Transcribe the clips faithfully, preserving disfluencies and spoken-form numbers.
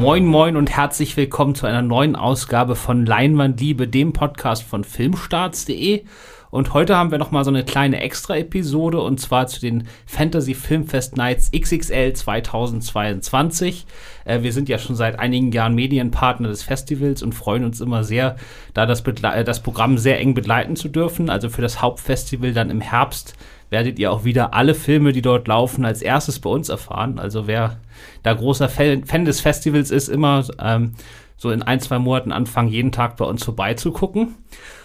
Moin Moin und herzlich willkommen zu einer neuen Ausgabe von Leinwandliebe, dem Podcast von filmstarts punkt de. Und heute haben wir nochmal so eine kleine Extra-Episode und zwar zu den Fantasy Filmfest Nights X X L zweitausendzweiundzwanzig. Äh, wir sind ja schon seit einigen Jahren Medienpartner des Festivals und freuen uns immer sehr, da das, Begle- das Programm sehr eng begleiten zu dürfen. Also für das Hauptfestival dann im Herbst werdet ihr auch wieder alle Filme, die dort laufen, als erstes bei uns erfahren. Also wer da großer Fan des Festivals ist, immer ähm, so in ein, zwei Monaten anfangen, jeden Tag bei uns vorbeizugucken.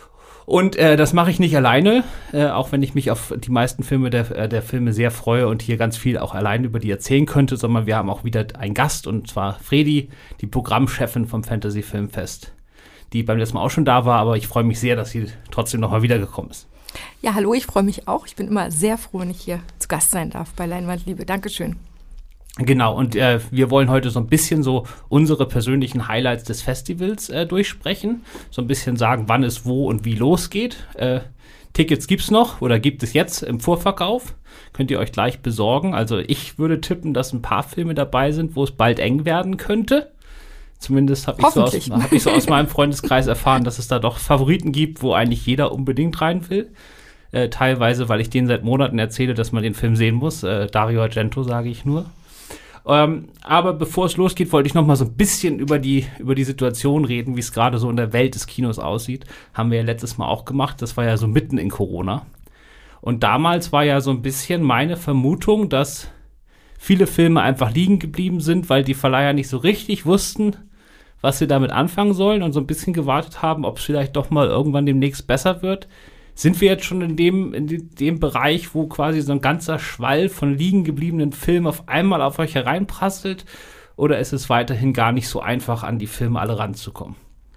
Und äh, das mache ich nicht alleine, äh, auch wenn ich mich auf die meisten Filme der, äh, der Filme sehr freue und hier ganz viel auch alleine über die erzählen könnte, sondern wir haben auch wieder einen Gast, und zwar Fredi, die Programmchefin vom Fantasy Filmfest, die beim letzten Mal auch schon da war, aber ich freue mich sehr, dass sie trotzdem nochmal wiedergekommen ist. Ja, hallo, ich freue mich auch. Ich bin immer sehr froh, wenn ich hier zu Gast sein darf bei Leinwandliebe. Dankeschön. Genau, und äh, wir wollen heute so ein bisschen so unsere persönlichen Highlights des Festivals äh, durchsprechen. So ein bisschen sagen, wann es wo und wie losgeht. Äh, Tickets gibt's noch oder gibt es jetzt im Vorverkauf. Könnt ihr euch gleich besorgen. Also ich würde tippen, dass ein paar Filme dabei sind, wo es bald eng werden könnte. Zumindest habe ich, so hab ich so aus meinem Freundeskreis erfahren, dass es da doch Favoriten gibt, wo eigentlich jeder unbedingt rein will. Äh, teilweise, weil ich denen seit Monaten erzähle, dass man den Film sehen muss. Äh, Dario Argento, sage ich nur. Ähm, aber bevor es losgeht, wollte ich noch mal so ein bisschen über die, über die Situation reden, wie es gerade so in der Welt des Kinos aussieht. Haben wir ja letztes Mal auch gemacht. Das war ja so mitten in Corona. Und damals war ja so ein bisschen meine Vermutung, dass viele Filme einfach liegen geblieben sind, weil die Verleiher nicht so richtig wussten, was sie damit anfangen sollen und so ein bisschen gewartet haben, ob es vielleicht doch mal irgendwann demnächst besser wird. Sind wir jetzt schon in dem, in dem Bereich, wo quasi so ein ganzer Schwall von liegen gebliebenen Filmen auf einmal auf euch hereinprasselt? Oder ist es weiterhin gar nicht so einfach, an die Filme alle ranzukommen?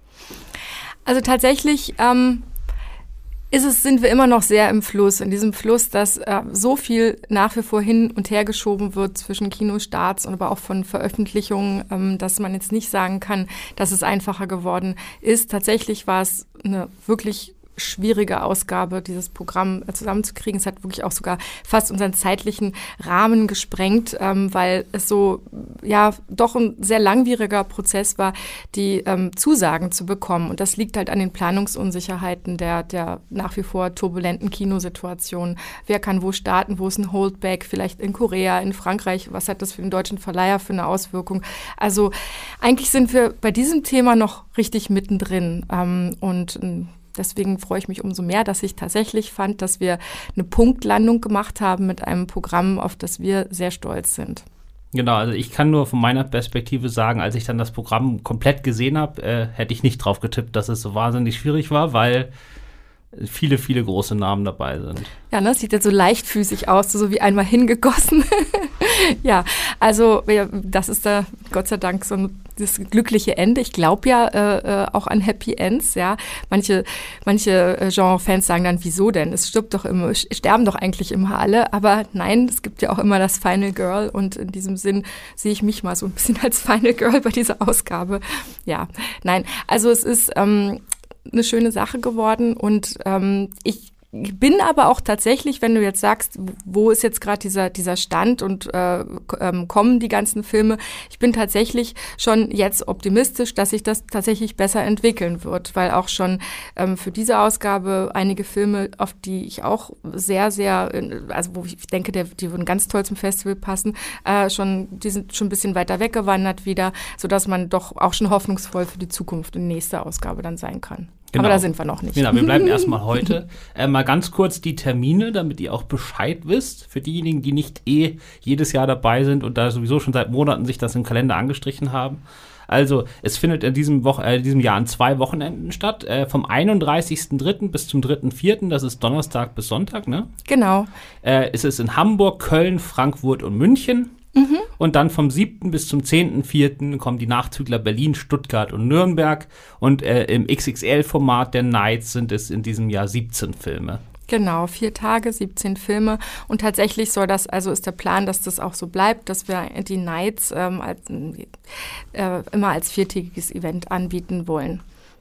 Also tatsächlich ähm, ist es, sind wir immer noch sehr im Fluss, in diesem Fluss, dass äh, so viel nach wie vor hin und her geschoben wird zwischen Kinostarts und aber auch von Veröffentlichungen, ähm, dass man jetzt nicht sagen kann, dass es einfacher geworden ist. Tatsächlich war es eine wirklich schwierige Ausgabe, dieses Programm zusammenzukriegen. Es hat wirklich auch sogar fast unseren zeitlichen Rahmen gesprengt, ähm, weil es so, ja, doch ein sehr langwieriger Prozess war, die ähm, Zusagen zu bekommen. Und das liegt halt an den Planungsunsicherheiten der, der nach wie vor turbulenten Kinosituation. Wer kann wo starten? Wo ist ein Holdback? Vielleicht in Korea, in Frankreich. Was hat das für den deutschen Verleiher für eine Auswirkung? Also eigentlich sind wir bei diesem Thema noch richtig mittendrin. Ähm, und Deswegen freue ich mich umso mehr, dass ich tatsächlich fand, dass wir eine Punktlandung gemacht haben mit einem Programm, auf das wir sehr stolz sind. Genau, also ich kann nur von meiner Perspektive sagen, als ich dann das Programm komplett gesehen habe, äh, hätte ich nicht drauf getippt, dass es so wahnsinnig schwierig war, weil viele, viele große Namen dabei sind. Ja, ne, sieht jetzt so leichtfüßig aus, so wie einmal hingegossen. Ja, also ja, das ist da Gott sei Dank so ein das glückliche Ende. Ich glaube ja äh, auch an Happy Ends, ja. Manche, manche Genre-Fans sagen dann, wieso denn? Es stirbt doch immer, sterben doch eigentlich immer alle. Aber nein, es gibt ja auch immer das Final Girl und in diesem Sinn sehe ich mich mal so ein bisschen als Final Girl bei dieser Ausgabe. Ja, nein, also es ist ähm, eine schöne Sache geworden und ähm, ich Ich bin aber auch tatsächlich, wenn du jetzt sagst, wo ist jetzt gerade dieser dieser Stand und äh, ähm, kommen die ganzen Filme, ich bin tatsächlich schon jetzt optimistisch, dass sich das tatsächlich besser entwickeln wird, weil auch schon ähm, für diese Ausgabe einige Filme, auf die ich auch sehr, sehr, also wo ich denke, der, die würden ganz toll zum Festival passen, äh, schon, die sind schon ein bisschen weiter weggewandert wieder, sodass man doch auch schon hoffnungsvoll für die Zukunft und die nächste Ausgabe dann sein kann. Genau. Aber da sind wir noch nicht. Genau, wir bleiben erstmal heute. Äh, mal ganz kurz die Termine, damit ihr auch Bescheid wisst. Für diejenigen, die nicht eh jedes Jahr dabei sind und da sowieso schon seit Monaten sich das im Kalender angestrichen haben. Also es findet in diesem, Woche, äh, diesem Jahr an zwei Wochenenden statt. Äh, vom einunddreißigsten dritten bis zum dritten vierten Das ist Donnerstag bis Sonntag, ne? Genau. Äh, es ist in Hamburg, Köln, Frankfurt und München. Mhm. Und dann vom siebten bis zum zehnten vierten kommen die Nachzügler Berlin, Stuttgart und Nürnberg. Und äh, im X X L-Format der Nights sind es in diesem Jahr siebzehn Filme. Genau, vier Tage, siebzehn Filme. Und tatsächlich soll das, also ist der Plan, dass das auch so bleibt, dass wir die Nights ähm, als, äh, immer als viertägiges Event anbieten wollen.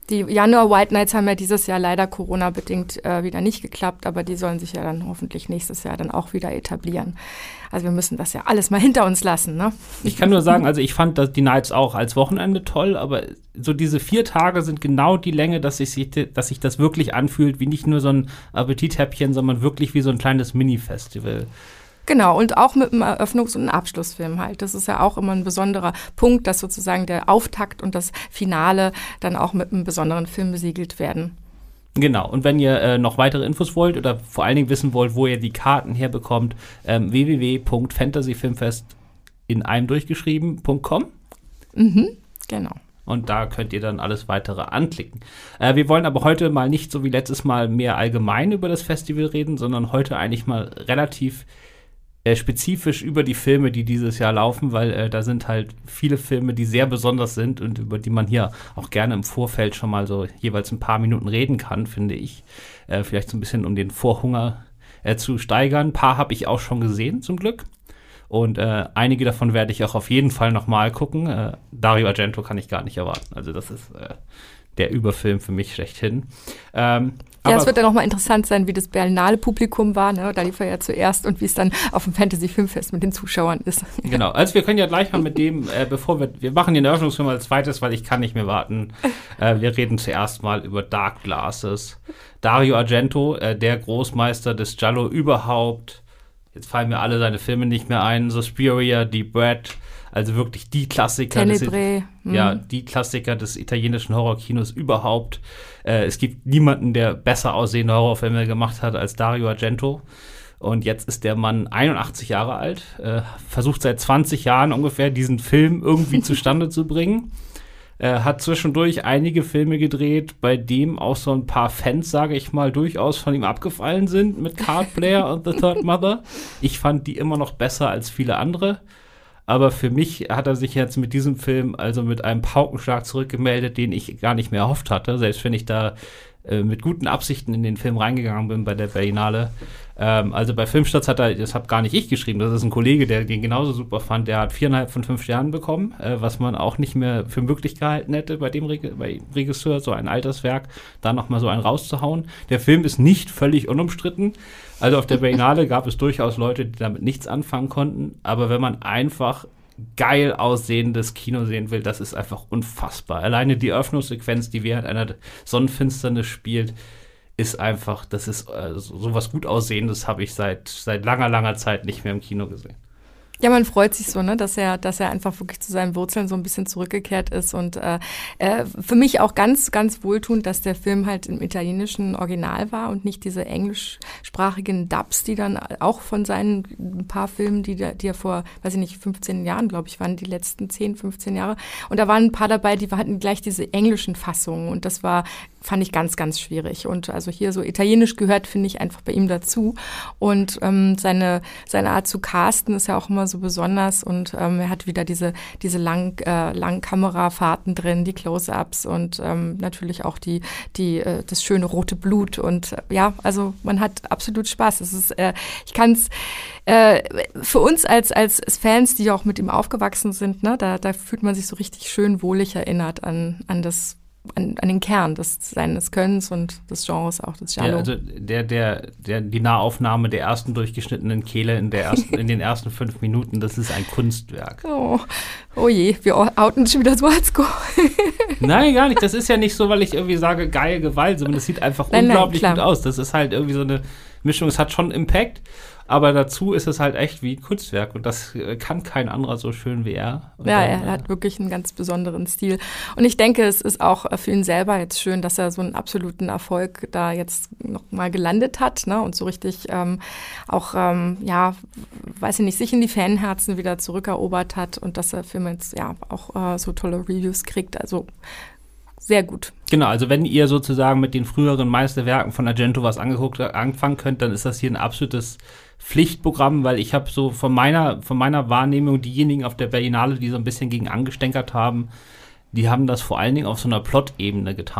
Die Januar White Nights haben ja dieses Jahr leider Corona-bedingt äh, wieder nicht geklappt, aber die sollen sich ja dann hoffentlich nächstes Jahr dann auch wieder etablieren. Also wir müssen das ja alles mal hinter uns lassen, ne? Ich kann nur sagen, also ich fand das, die Nights auch als Wochenende toll, aber so diese vier Tage sind genau die Länge, dass sich, dass sich das wirklich anfühlt, wie nicht nur so ein Appetithäppchen, sondern wirklich wie so ein kleines Mini-Festival. Genau, und auch mit einem Eröffnungs- und einem Abschlussfilm halt. Das ist ja auch immer ein besonderer Punkt, dass sozusagen der Auftakt und das Finale dann auch mit einem besonderen Film besiegelt werden. Genau, und wenn ihr äh, noch weitere Infos wollt oder vor allen Dingen wissen wollt, wo ihr die Karten herbekommt, ähm, w w w punkt fantasyfilmfest in einem durchgeschrieben punkt com. Mhm, genau. Und da könnt ihr dann alles weitere anklicken. Äh, wir wollen aber heute mal nicht so wie letztes Mal mehr allgemein über das Festival reden, sondern heute eigentlich mal relativ Äh, spezifisch über die Filme, die dieses Jahr laufen, weil äh, da sind halt viele Filme, die sehr besonders sind und über die man hier auch gerne im Vorfeld schon mal so jeweils ein paar Minuten reden kann, finde ich. Äh, vielleicht so ein bisschen, um den Vorhunger äh, zu steigern. Ein paar habe ich auch schon gesehen, zum Glück. Und äh, einige davon werde ich auch auf jeden Fall noch mal gucken. Äh, Dario Argento kann ich gar nicht erwarten. Also das ist äh, der Überfilm für mich schlechthin. Ähm, Ja, es wird dann auch mal interessant sein, wie das Berlinale-Publikum war, ne? Da lief er ja zuerst und wie es dann auf dem Fantasy-Filmfest mit den Zuschauern ist. Genau, also wir können ja gleich mal mit dem, äh, bevor wir, wir machen den Eröffnungsfilm als zweites, weil ich kann nicht mehr warten. Äh, wir reden zuerst mal über Dark Glasses. Dario Argento, äh, der Großmeister des Giallo überhaupt. Jetzt fallen mir alle seine Filme nicht mehr ein. Suspiria, Deep Red, also wirklich die Klassiker. Tenebrae. Des, ja, die Klassiker des italienischen Horrorkinos überhaupt. Äh, es gibt niemanden, der besser aussehende Horrorfilme gemacht hat als Dario Argento. Und jetzt ist der Mann einundachtzig Jahre alt, äh, versucht seit zwanzig Jahren ungefähr diesen Film irgendwie zustande zu bringen. Er hat zwischendurch einige Filme gedreht, bei dem auch so ein paar Fans, sage ich mal, durchaus von ihm abgefallen sind mit Card Player und The Third Mother. Ich fand die immer noch besser als viele andere. Aber für mich hat er sich jetzt mit diesem Film also mit einem Paukenschlag zurückgemeldet, den ich gar nicht mehr erhofft hatte. Selbst wenn ich da äh, mit guten Absichten in den Film reingegangen bin bei der Berlinale. Ähm, also bei Filmstarts hat er, das habe gar nicht ich geschrieben, das ist ein Kollege, der den genauso super fand. Der hat viereinhalb von fünf Sternen bekommen, äh, was man auch nicht mehr für möglich gehalten hätte bei dem Reg- bei Regisseur, so ein Alterswerk, da nochmal so einen rauszuhauen. Der Film ist nicht völlig unumstritten. Also auf der Berlinale gab es durchaus Leute, die damit nichts anfangen konnten. Aber wenn man einfach geil aussehendes Kino sehen will, das ist einfach unfassbar. Alleine die Eröffnungssequenz, die während einer Sonnenfinsternis spielt, ist einfach, das ist äh, so was gut Aussehendes habe ich seit, seit langer, langer Zeit nicht mehr im Kino gesehen. Ja, man freut sich so, ne, dass er, dass er einfach wirklich zu seinen Wurzeln so ein bisschen zurückgekehrt ist und äh, äh, für mich auch ganz, ganz wohltuend, dass der Film halt im italienischen Original war und nicht diese englischsprachigen Dubs, die dann auch von seinen ein paar Filmen, die, die er vor, weiß ich nicht, fünfzehn Jahren, glaube ich, waren die letzten zehn, fünfzehn Jahre. Und da waren ein paar dabei, die hatten gleich diese englischen Fassungen und das war, fand ich ganz, ganz schwierig. Und also hier so italienisch gehört, finde ich, einfach bei ihm dazu. Und ähm, seine, seine Art zu casten ist ja auch immer so besonders und ähm, er hat wieder diese, diese lang, äh, langen Kamerafahrten drin, die Close-Ups und ähm, natürlich auch die, die, äh, das schöne rote Blut und äh, ja, also man hat absolut Spaß. Es ist, äh, ich kann es äh, für uns als, als Fans, die auch mit ihm aufgewachsen sind, ne, da, da fühlt man sich so richtig schön wohlig erinnert an, an das An, an den Kern des seines Könnens und des Genres, auch des Giallo. Ja, also der, der, der, die Nahaufnahme der ersten durchgeschnittenen Kehle in, der ersten, in den ersten fünf Minuten, das ist ein Kunstwerk. Oh, oh je, wir outen schon wieder so als Go. Nein, gar nicht. Das ist ja nicht so, weil ich irgendwie sage, geil, Gewalt, sondern das sieht einfach nein, unglaublich nein, gut aus. Das ist halt irgendwie so eine Mischung, es hat schon Impact, aber dazu ist es halt echt wie ein Kunstwerk und das kann kein anderer so schön wie er. Und ja, dann, er hat wirklich einen ganz besonderen Stil. Und ich denke, es ist auch für ihn selber jetzt schön, dass er so einen absoluten Erfolg da jetzt noch mal gelandet hat, ne? Und so richtig ähm, auch, ähm, ja, weiß ich nicht, sich in die Fanherzen wieder zurückerobert hat und dass der Film jetzt ja auch äh, so tolle Reviews kriegt. Also sehr gut. Genau, also wenn ihr sozusagen mit den früheren Meisterwerken von Argento was angeguckt, anfangen könnt, dann ist das hier ein absolutes Pflichtprogramm, weil ich habe so von meiner, von meiner Wahrnehmung diejenigen auf der Berlinale, die so ein bisschen gegen angestänkert haben, die haben das vor allen Dingen auf so einer Plot-Ebene getan.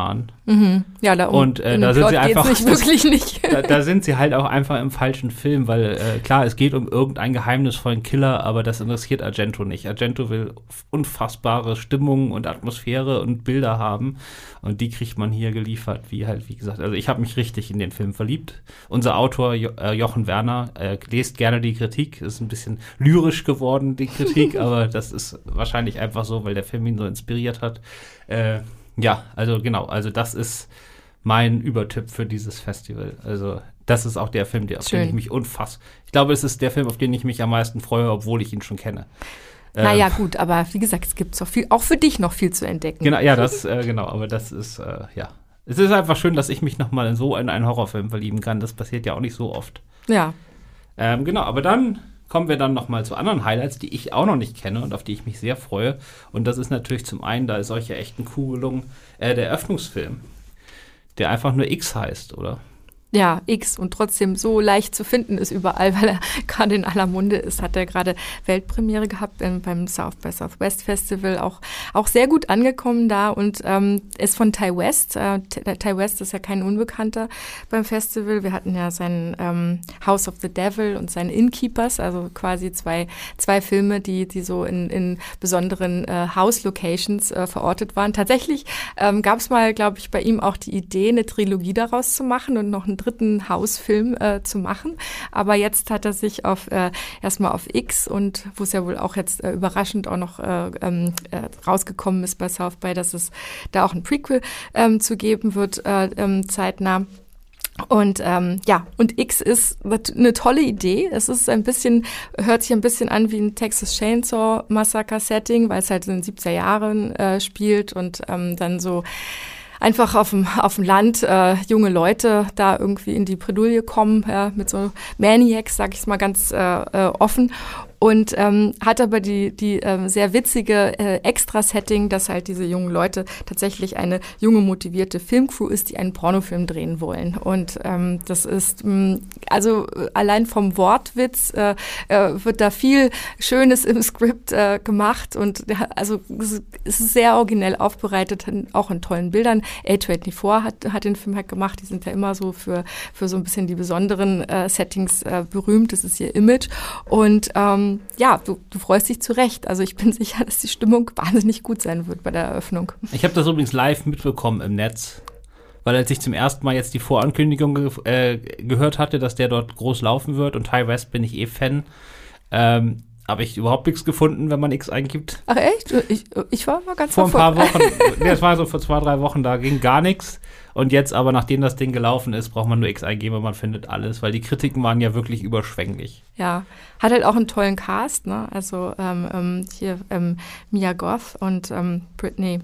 Mhm. Ja, da, um, und äh, da sind sie einfach nicht das, wirklich nicht. Da, da sind sie halt auch einfach im falschen Film, weil äh, klar, es geht um irgendeinen geheimnisvollen Killer, aber das interessiert Argento nicht. Argento will unfassbare Stimmung und Atmosphäre und Bilder haben und die kriegt man hier geliefert, wie halt, wie gesagt, also ich habe mich richtig in den Film verliebt. Unser Autor jo- äh, Jochen Werner äh, lest gerne die Kritik, ist ein bisschen lyrisch geworden, die Kritik, aber das ist wahrscheinlich einfach so, weil der Film ihn so inspiriert hat. Äh, Ja, also genau, also das ist mein Übertipp für dieses Festival. Also das ist auch der Film, der, auf Schön. den ich mich unfass. Ich glaube, es ist der Film, auf den ich mich am meisten freue, obwohl ich ihn schon kenne. Naja, ähm, gut, aber wie gesagt, es gibt auch, viel, auch für dich noch viel zu entdecken. Genau, ja, das, äh, genau, aber das ist, äh, ja. Es ist einfach schön, dass ich mich nochmal in so in einen Horrorfilm verlieben kann. Das passiert ja auch nicht so oft. Ja. Ähm, genau, aber dann kommen wir dann nochmal zu anderen Highlights, die ich auch noch nicht kenne und auf die ich mich sehr freue. Und das ist natürlich zum einen, da ist euch ja echt ein Kuh gelungen, äh, der Eröffnungsfilm, der einfach nur X heißt, oder? Ja, X und trotzdem so leicht zu finden ist überall, weil er gerade in aller Munde ist. Hat er gerade Weltpremiere gehabt ähm, beim South by Southwest Festival, auch, auch sehr gut angekommen da und ähm, ist von Ty West. Äh, Ty West ist ja kein Unbekannter beim Festival. Wir hatten ja seinen ähm, House of the Devil und seinen Innkeepers, also quasi zwei, zwei Filme, die, die so in, in besonderen äh, House-Locations äh, verortet waren. Tatsächlich ähm, gab es mal, glaube ich, bei ihm auch die Idee, eine Trilogie daraus zu machen und noch einen dritten Hausfilm äh, zu machen. Aber jetzt hat er sich auf äh, erstmal auf X und wo es ja wohl auch jetzt äh, überraschend auch noch äh, ähm, äh, rausgekommen ist bei South by, dass es da auch ein Prequel ähm, zu geben wird, äh, ähm, zeitnah. Und ähm, ja, und X ist eine tolle Idee. Es ist ein bisschen, hört sich ein bisschen an wie ein Texas Chainsaw Massacre Setting, weil es halt in den siebziger Jahren äh, spielt und ähm, dann so einfach auf dem auf dem Land äh, junge Leute da irgendwie in die Bredouille kommen, ja, mit so Maniacs, sag ich mal ganz äh, äh, offen. Und ähm, hat aber die die ähm, sehr witzige äh, Extra-Setting, dass halt diese jungen Leute tatsächlich eine junge, motivierte Filmcrew ist, die einen Pornofilm drehen wollen. Und ähm, das ist, mh, also allein vom Wortwitz äh, äh, wird da viel Schönes im Skript äh, gemacht. Und also es ist sehr originell aufbereitet, auch in tollen Bildern. A vierundzwanzig hat, hat den Film halt gemacht. Die sind ja immer so für, für so ein bisschen die besonderen äh, Settings äh, berühmt. Das ist ihr Image. Und ähm, ja, du, du freust dich zu Recht. Also ich bin sicher, dass die Stimmung wahnsinnig gut sein wird bei der Eröffnung. Ich habe das übrigens live mitbekommen im Netz, weil als ich zum ersten Mal jetzt die Vorankündigung ge- äh, gehört hatte, dass der dort groß laufen wird und Ty West bin ich eh Fan, ähm, habe ich überhaupt nichts gefunden, wenn man X eingibt. Ach echt? Ich, ich war mal ganz Vor ein paar Wochen, das war so vor zwei, drei Wochen, da ging gar nichts. Und jetzt aber, nachdem das Ding gelaufen ist, braucht man nur X eingeben und man findet alles, weil die Kritiken waren ja wirklich überschwänglich. Ja, hat halt auch einen tollen Cast, ne? Also ähm, hier ähm, Mia Goth und ähm, Brittany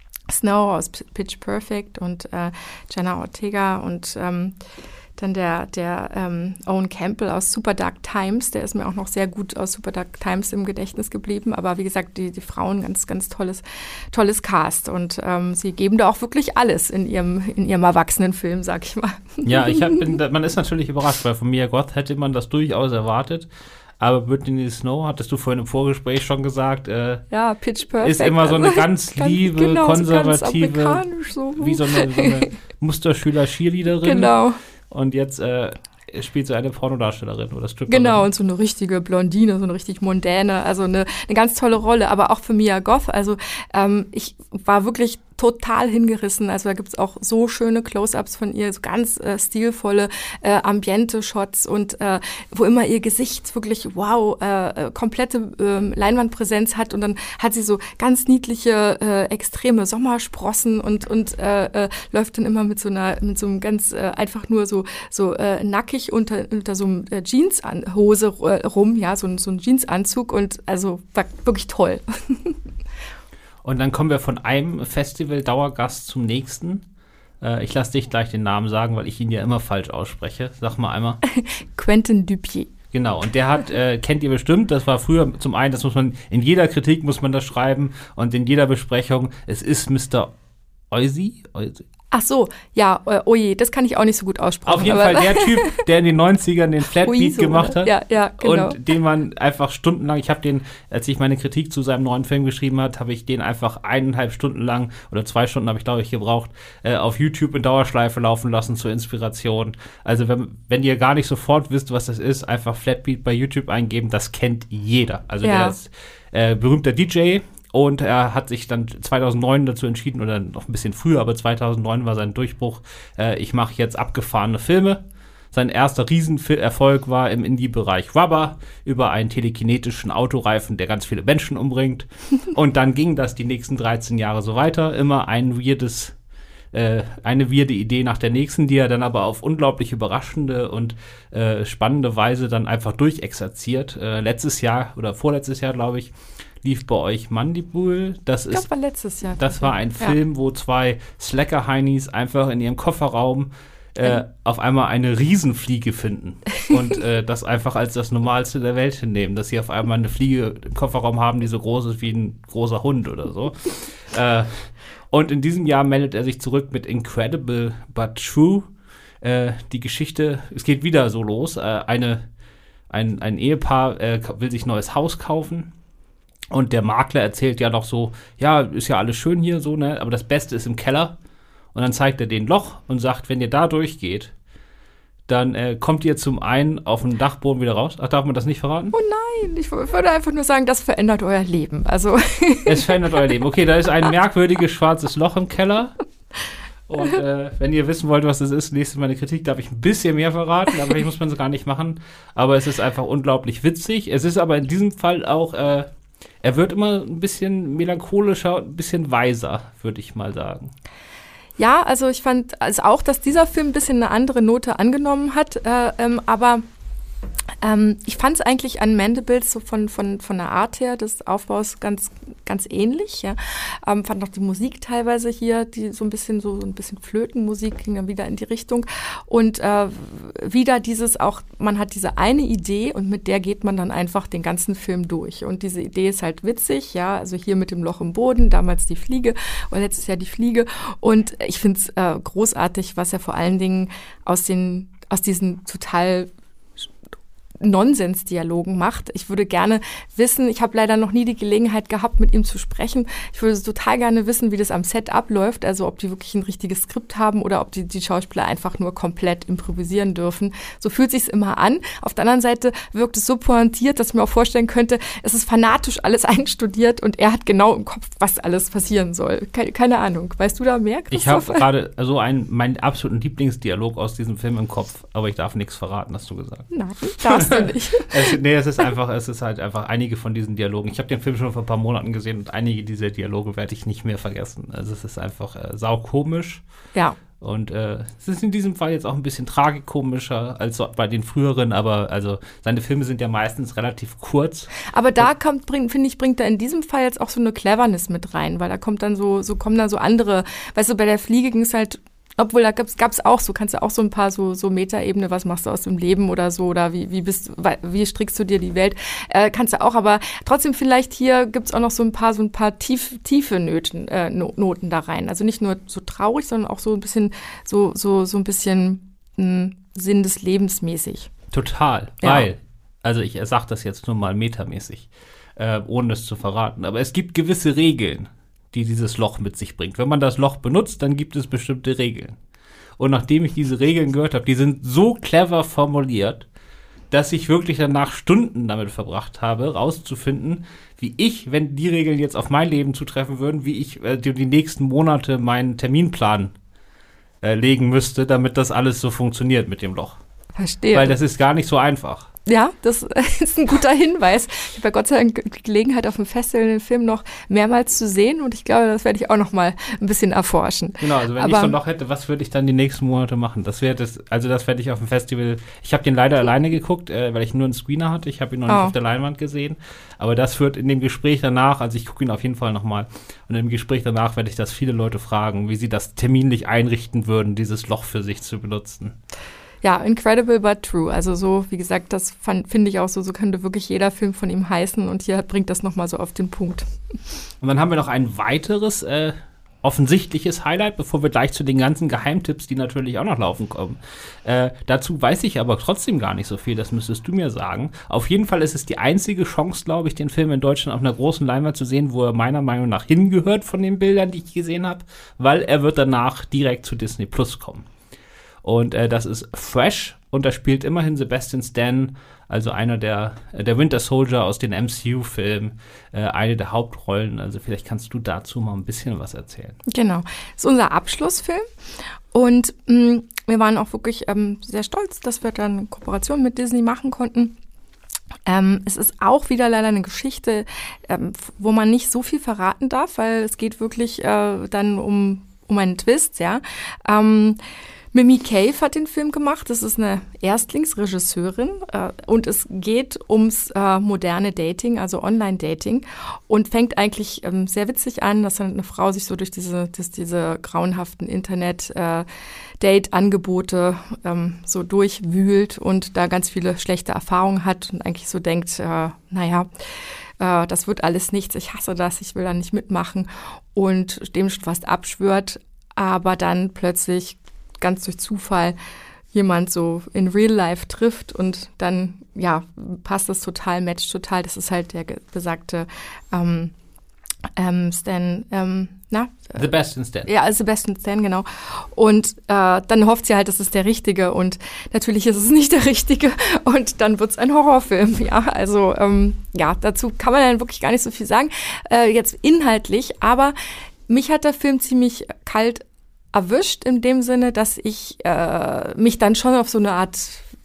Snow aus P- Pitch Perfect und äh, Jenna Ortega und ähm, dann der, der ähm, Owen Campbell aus Super Dark Times, der ist mir auch noch sehr gut aus Super Dark Times im Gedächtnis geblieben. Aber wie gesagt, die, die Frauen, ganz, ganz tolles, tolles Cast. Und ähm, sie geben da auch wirklich alles in ihrem, in ihrem Erwachsenenfilm, sag ich mal. Ja, ich hab, bin, man ist natürlich überrascht, weil von Mia Goth hätte man das durchaus erwartet. Aber Brittany Snow, hattest du vorhin im Vorgespräch schon gesagt, äh, ja, Pitch Perfect. Ist immer so eine ganz liebe, ganz, genau, konservative, so ganz amerikanisch so. wie so eine, so eine Musterschüler-Cheerleaderin. Genau. Und jetzt äh, spielt sie eine Pornodarstellerin oder Stripperin. Genau, und so eine richtige Blondine, so eine richtig mondäne, also eine, eine ganz tolle Rolle, aber auch für Mia Goth. Also ähm, ich war wirklich total hingerissen. Also da gibt's auch so schöne Close-ups von ihr, so ganz äh, stilvolle äh, Ambiente-Shots und äh, wo immer ihr Gesicht wirklich, wow, äh, komplette äh, Leinwandpräsenz hat und dann hat sie so ganz niedliche, äh, extreme Sommersprossen und und äh, äh, läuft dann immer mit so einer, mit so einem ganz äh, einfach nur so so äh, nackig unter unter so einem äh, Jeanshose äh, rum, ja, so, so ein Jeansanzug und also war wirklich toll. Und dann kommen wir von einem Festival-Dauergast zum nächsten. Äh, ich lasse dich gleich den Namen sagen, weil ich ihn ja immer falsch ausspreche. Sag mal einmal. Quentin Dupieux. Genau, und der hat, äh, kennt ihr bestimmt, das war früher zum einen, das muss man, in jeder Kritik muss man das schreiben und in jeder Besprechung, es ist Mister Oisy. Ach so, ja, äh, oh je, das kann ich auch nicht so gut aussprechen. Auf jeden Fall der Typ, der in den neunzigern den Flatbeat so, gemacht hat. Ja, ja, genau. Und den man einfach stundenlang, ich habe den, als ich meine Kritik zu seinem neuen Film geschrieben habe, habe ich den einfach eineinhalb Stunden lang, oder zwei Stunden habe ich, glaube ich, gebraucht, äh, auf YouTube in Dauerschleife laufen lassen zur Inspiration. Also wenn, wenn ihr gar nicht sofort wisst, was das ist, einfach Flatbeat bei YouTube eingeben, das kennt jeder. Also ja. der ist äh, berühmter D J. Und er hat sich dann zweitausendneun dazu entschieden, oder noch ein bisschen früher, aber zweitausendneun war sein Durchbruch, äh, ich mache jetzt abgefahrene Filme. Sein erster Riesenerfolg war im Indie-Bereich Rubber, über einen telekinetischen Autoreifen, der ganz viele Menschen umbringt. Und dann ging das die nächsten dreizehn Jahre so weiter. Immer ein weirdes, äh, eine weirde Idee nach der nächsten, die er dann aber auf unglaublich überraschende und äh, spannende Weise dann einfach durchexerziert. Äh, letztes Jahr oder vorletztes Jahr, glaube ich, lief bei euch Mandibull. Das ich ist, glaube, war letztes Jahr. Das war ein ja. Film, wo zwei Slacker-Heinis einfach in ihrem Kofferraum äh, ähm. auf einmal eine Riesenfliege finden und äh, das einfach als das Normalste der Welt hinnehmen, dass sie auf einmal eine Fliege im Kofferraum haben, die so groß ist wie ein großer Hund oder so. äh, und in diesem Jahr meldet er sich zurück mit Incredible but True. Äh, die Geschichte, es geht wieder so los. Äh, eine, ein, ein Ehepaar äh, will sich ein neues Haus kaufen. Und der Makler erzählt ja noch so, ja, ist ja alles schön hier so, ne, aber das Beste ist im Keller. Und dann zeigt er den Loch und sagt, wenn ihr da durchgeht, dann äh, kommt ihr zum einen auf den Dachboden wieder raus. Ach, darf man das nicht verraten? Oh nein, ich würde einfach nur sagen, das verändert euer Leben. Also es verändert euer Leben. Okay, da ist ein merkwürdiges schwarzes Loch im Keller. Und äh, wenn ihr wissen wollt, was das ist, lest meine Kritik, darf ich ein bisschen mehr verraten, aber ich muss man es gar nicht machen. Aber es ist einfach unglaublich witzig. Es ist aber in diesem Fall auch äh, er wird immer ein bisschen melancholischer, ein bisschen weiser, würde ich mal sagen. Ja, also ich fand also auch, dass dieser Film ein bisschen eine andere Note angenommen hat, äh, ähm, aber ähm, ich fand es eigentlich an Mandibles so von, von, von der Art her des Aufbaus ganz, ganz ähnlich. Ja. Ähm, fand auch die Musik teilweise hier, die so ein bisschen so, so ein bisschen Flötenmusik ging dann wieder in die Richtung. Und äh, wieder dieses auch, man hat diese eine Idee und mit der geht man dann einfach den ganzen Film durch. Und diese Idee ist halt witzig, ja, also hier mit dem Loch im Boden, damals die Fliege oder letztes Jahr die Fliege. Und ich finde es äh, großartig, was er vor allen Dingen aus den, aus diesen total Nonsensdialogen macht. Ich würde gerne wissen, ich habe leider noch nie die Gelegenheit gehabt, mit ihm zu sprechen. Ich würde total gerne wissen, wie das am Set abläuft, also ob die wirklich ein richtiges Skript haben oder ob die, die Schauspieler einfach nur komplett improvisieren dürfen. So fühlt sich's immer an. Auf der anderen Seite wirkt es so pointiert, dass ich mir auch vorstellen könnte, es ist fanatisch alles einstudiert und er hat genau im Kopf, was alles passieren soll. Keine, keine Ahnung. Weißt du da mehr, Christoph? Ich habe gerade so einen, meinen absoluten Lieblingsdialog aus diesem Film im Kopf, aber ich darf nichts verraten, hast du gesagt. Nein, darfst du nicht. es, nee, es ist einfach, es ist halt einfach einige von diesen Dialogen. Ich habe den Film schon vor ein paar Monaten gesehen und einige dieser Dialoge werde ich nicht mehr vergessen. Also es ist einfach äh, saukomisch. Ja. Und äh, es ist in diesem Fall jetzt auch ein bisschen tragikomischer als so bei den früheren, aber also seine Filme sind ja meistens relativ kurz. Aber da kommt, bringt, finde ich, bringt er in diesem Fall jetzt auch so eine Cleverness mit rein, weil da kommt dann so, so kommen da so andere, weißt du, bei der Fliege ging es halt, obwohl da gab's gab's auch so, kannst du auch so ein paar so so Metaebene, was machst du aus dem Leben oder so, oder wie wie bist wie strickst du dir die Welt, äh, kannst du auch, aber trotzdem vielleicht hier gibt's auch noch so ein paar so ein paar tief, tiefe Noten, äh, Noten da rein, also nicht nur so traurig, sondern auch so ein bisschen so so so ein bisschen mh, Sinn des Lebens mäßig. Total, ja. Weil, also ich sag das jetzt nur mal metamäßig, äh, ohne es zu verraten, aber es gibt gewisse Regeln, die dieses Loch mit sich bringt. Wenn man das Loch benutzt, dann gibt es bestimmte Regeln. Und nachdem ich diese Regeln gehört habe, die sind so clever formuliert, dass ich wirklich danach Stunden damit verbracht habe, rauszufinden, wie ich, wenn die Regeln jetzt auf mein Leben zutreffen würden, wie ich äh, die, die nächsten Monate meinen Terminplan äh, legen müsste, damit das alles so funktioniert mit dem Loch. Verstehe. Weil das ist gar nicht so einfach. Ja, das ist ein guter Hinweis. Ich habe ja Gott sei Dank die Gelegenheit, auf dem Festival den Film noch mehrmals zu sehen und ich glaube, das werde ich auch noch mal ein bisschen erforschen. Genau, also wenn Aber, ich so ein Loch hätte, was würde ich dann die nächsten Monate machen? Das wäre das, also das werde ich auf dem Festival, ich habe den leider alleine geguckt, äh, weil ich nur einen Screener hatte, ich habe ihn noch oh. nicht auf der Leinwand gesehen, aber das wird in dem Gespräch danach, also ich gucke ihn auf jeden Fall noch mal und im Gespräch danach werde ich das viele Leute fragen, wie sie das terminlich einrichten würden, dieses Loch für sich zu benutzen. Ja, incredible but true. Also so, wie gesagt, das finde ich auch so, so könnte wirklich jeder Film von ihm heißen und hier bringt das nochmal so auf den Punkt. Und dann haben wir noch ein weiteres äh, offensichtliches Highlight, bevor wir gleich zu den ganzen Geheimtipps, die natürlich auch noch laufen, kommen. Äh, dazu weiß ich aber trotzdem gar nicht so viel, das müsstest du mir sagen. Auf jeden Fall ist es die einzige Chance, glaube ich, den Film in Deutschland auf einer großen Leinwand zu sehen, wo er meiner Meinung nach hingehört von den Bildern, die ich gesehen habe, weil er wird danach direkt zu Disney Plus kommen. Und äh, das ist Fresh und da spielt immerhin Sebastian Stan, also einer der, der Winter Soldier aus den M C U-Filmen, äh, eine der Hauptrollen. Also vielleicht kannst du dazu mal ein bisschen was erzählen. Genau, das ist unser Abschlussfilm und mh, wir waren auch wirklich ähm, sehr stolz, dass wir dann eine Kooperation mit Disney machen konnten. Ähm, es ist auch wieder leider eine Geschichte, ähm, wo man nicht so viel verraten darf, weil es geht wirklich äh, dann um, um einen Twist, ja. Ähm, Mimi Cave hat den Film gemacht. Das ist eine Erstlingsregisseurin äh, und es geht ums äh, moderne Dating, also Online-Dating und fängt eigentlich ähm, sehr witzig an, dass dann eine Frau sich so durch diese, das, diese grauenhaften Internet-Date-Angebote äh, ähm, so durchwühlt und da ganz viele schlechte Erfahrungen hat und eigentlich so denkt, äh, naja, äh, das wird alles nichts, ich hasse das, ich will da nicht mitmachen und dem schon fast abschwört, aber dann plötzlich ganz durch Zufall jemand so in Real Life trifft und dann, ja, passt das total, matcht total. Das ist halt der besagte ähm, ähm, Stan, ähm, na? Sebastian Stan. Ja, Sebastian Stan, genau. Und äh, dann hofft sie halt, das ist der Richtige und natürlich ist es nicht der Richtige und dann wird's ein Horrorfilm, ja. Also, ähm, ja, dazu kann man dann wirklich gar nicht so viel sagen, äh, jetzt inhaltlich, aber mich hat der Film ziemlich kalt erwischt in dem Sinne, dass ich äh, mich dann schon auf so eine Art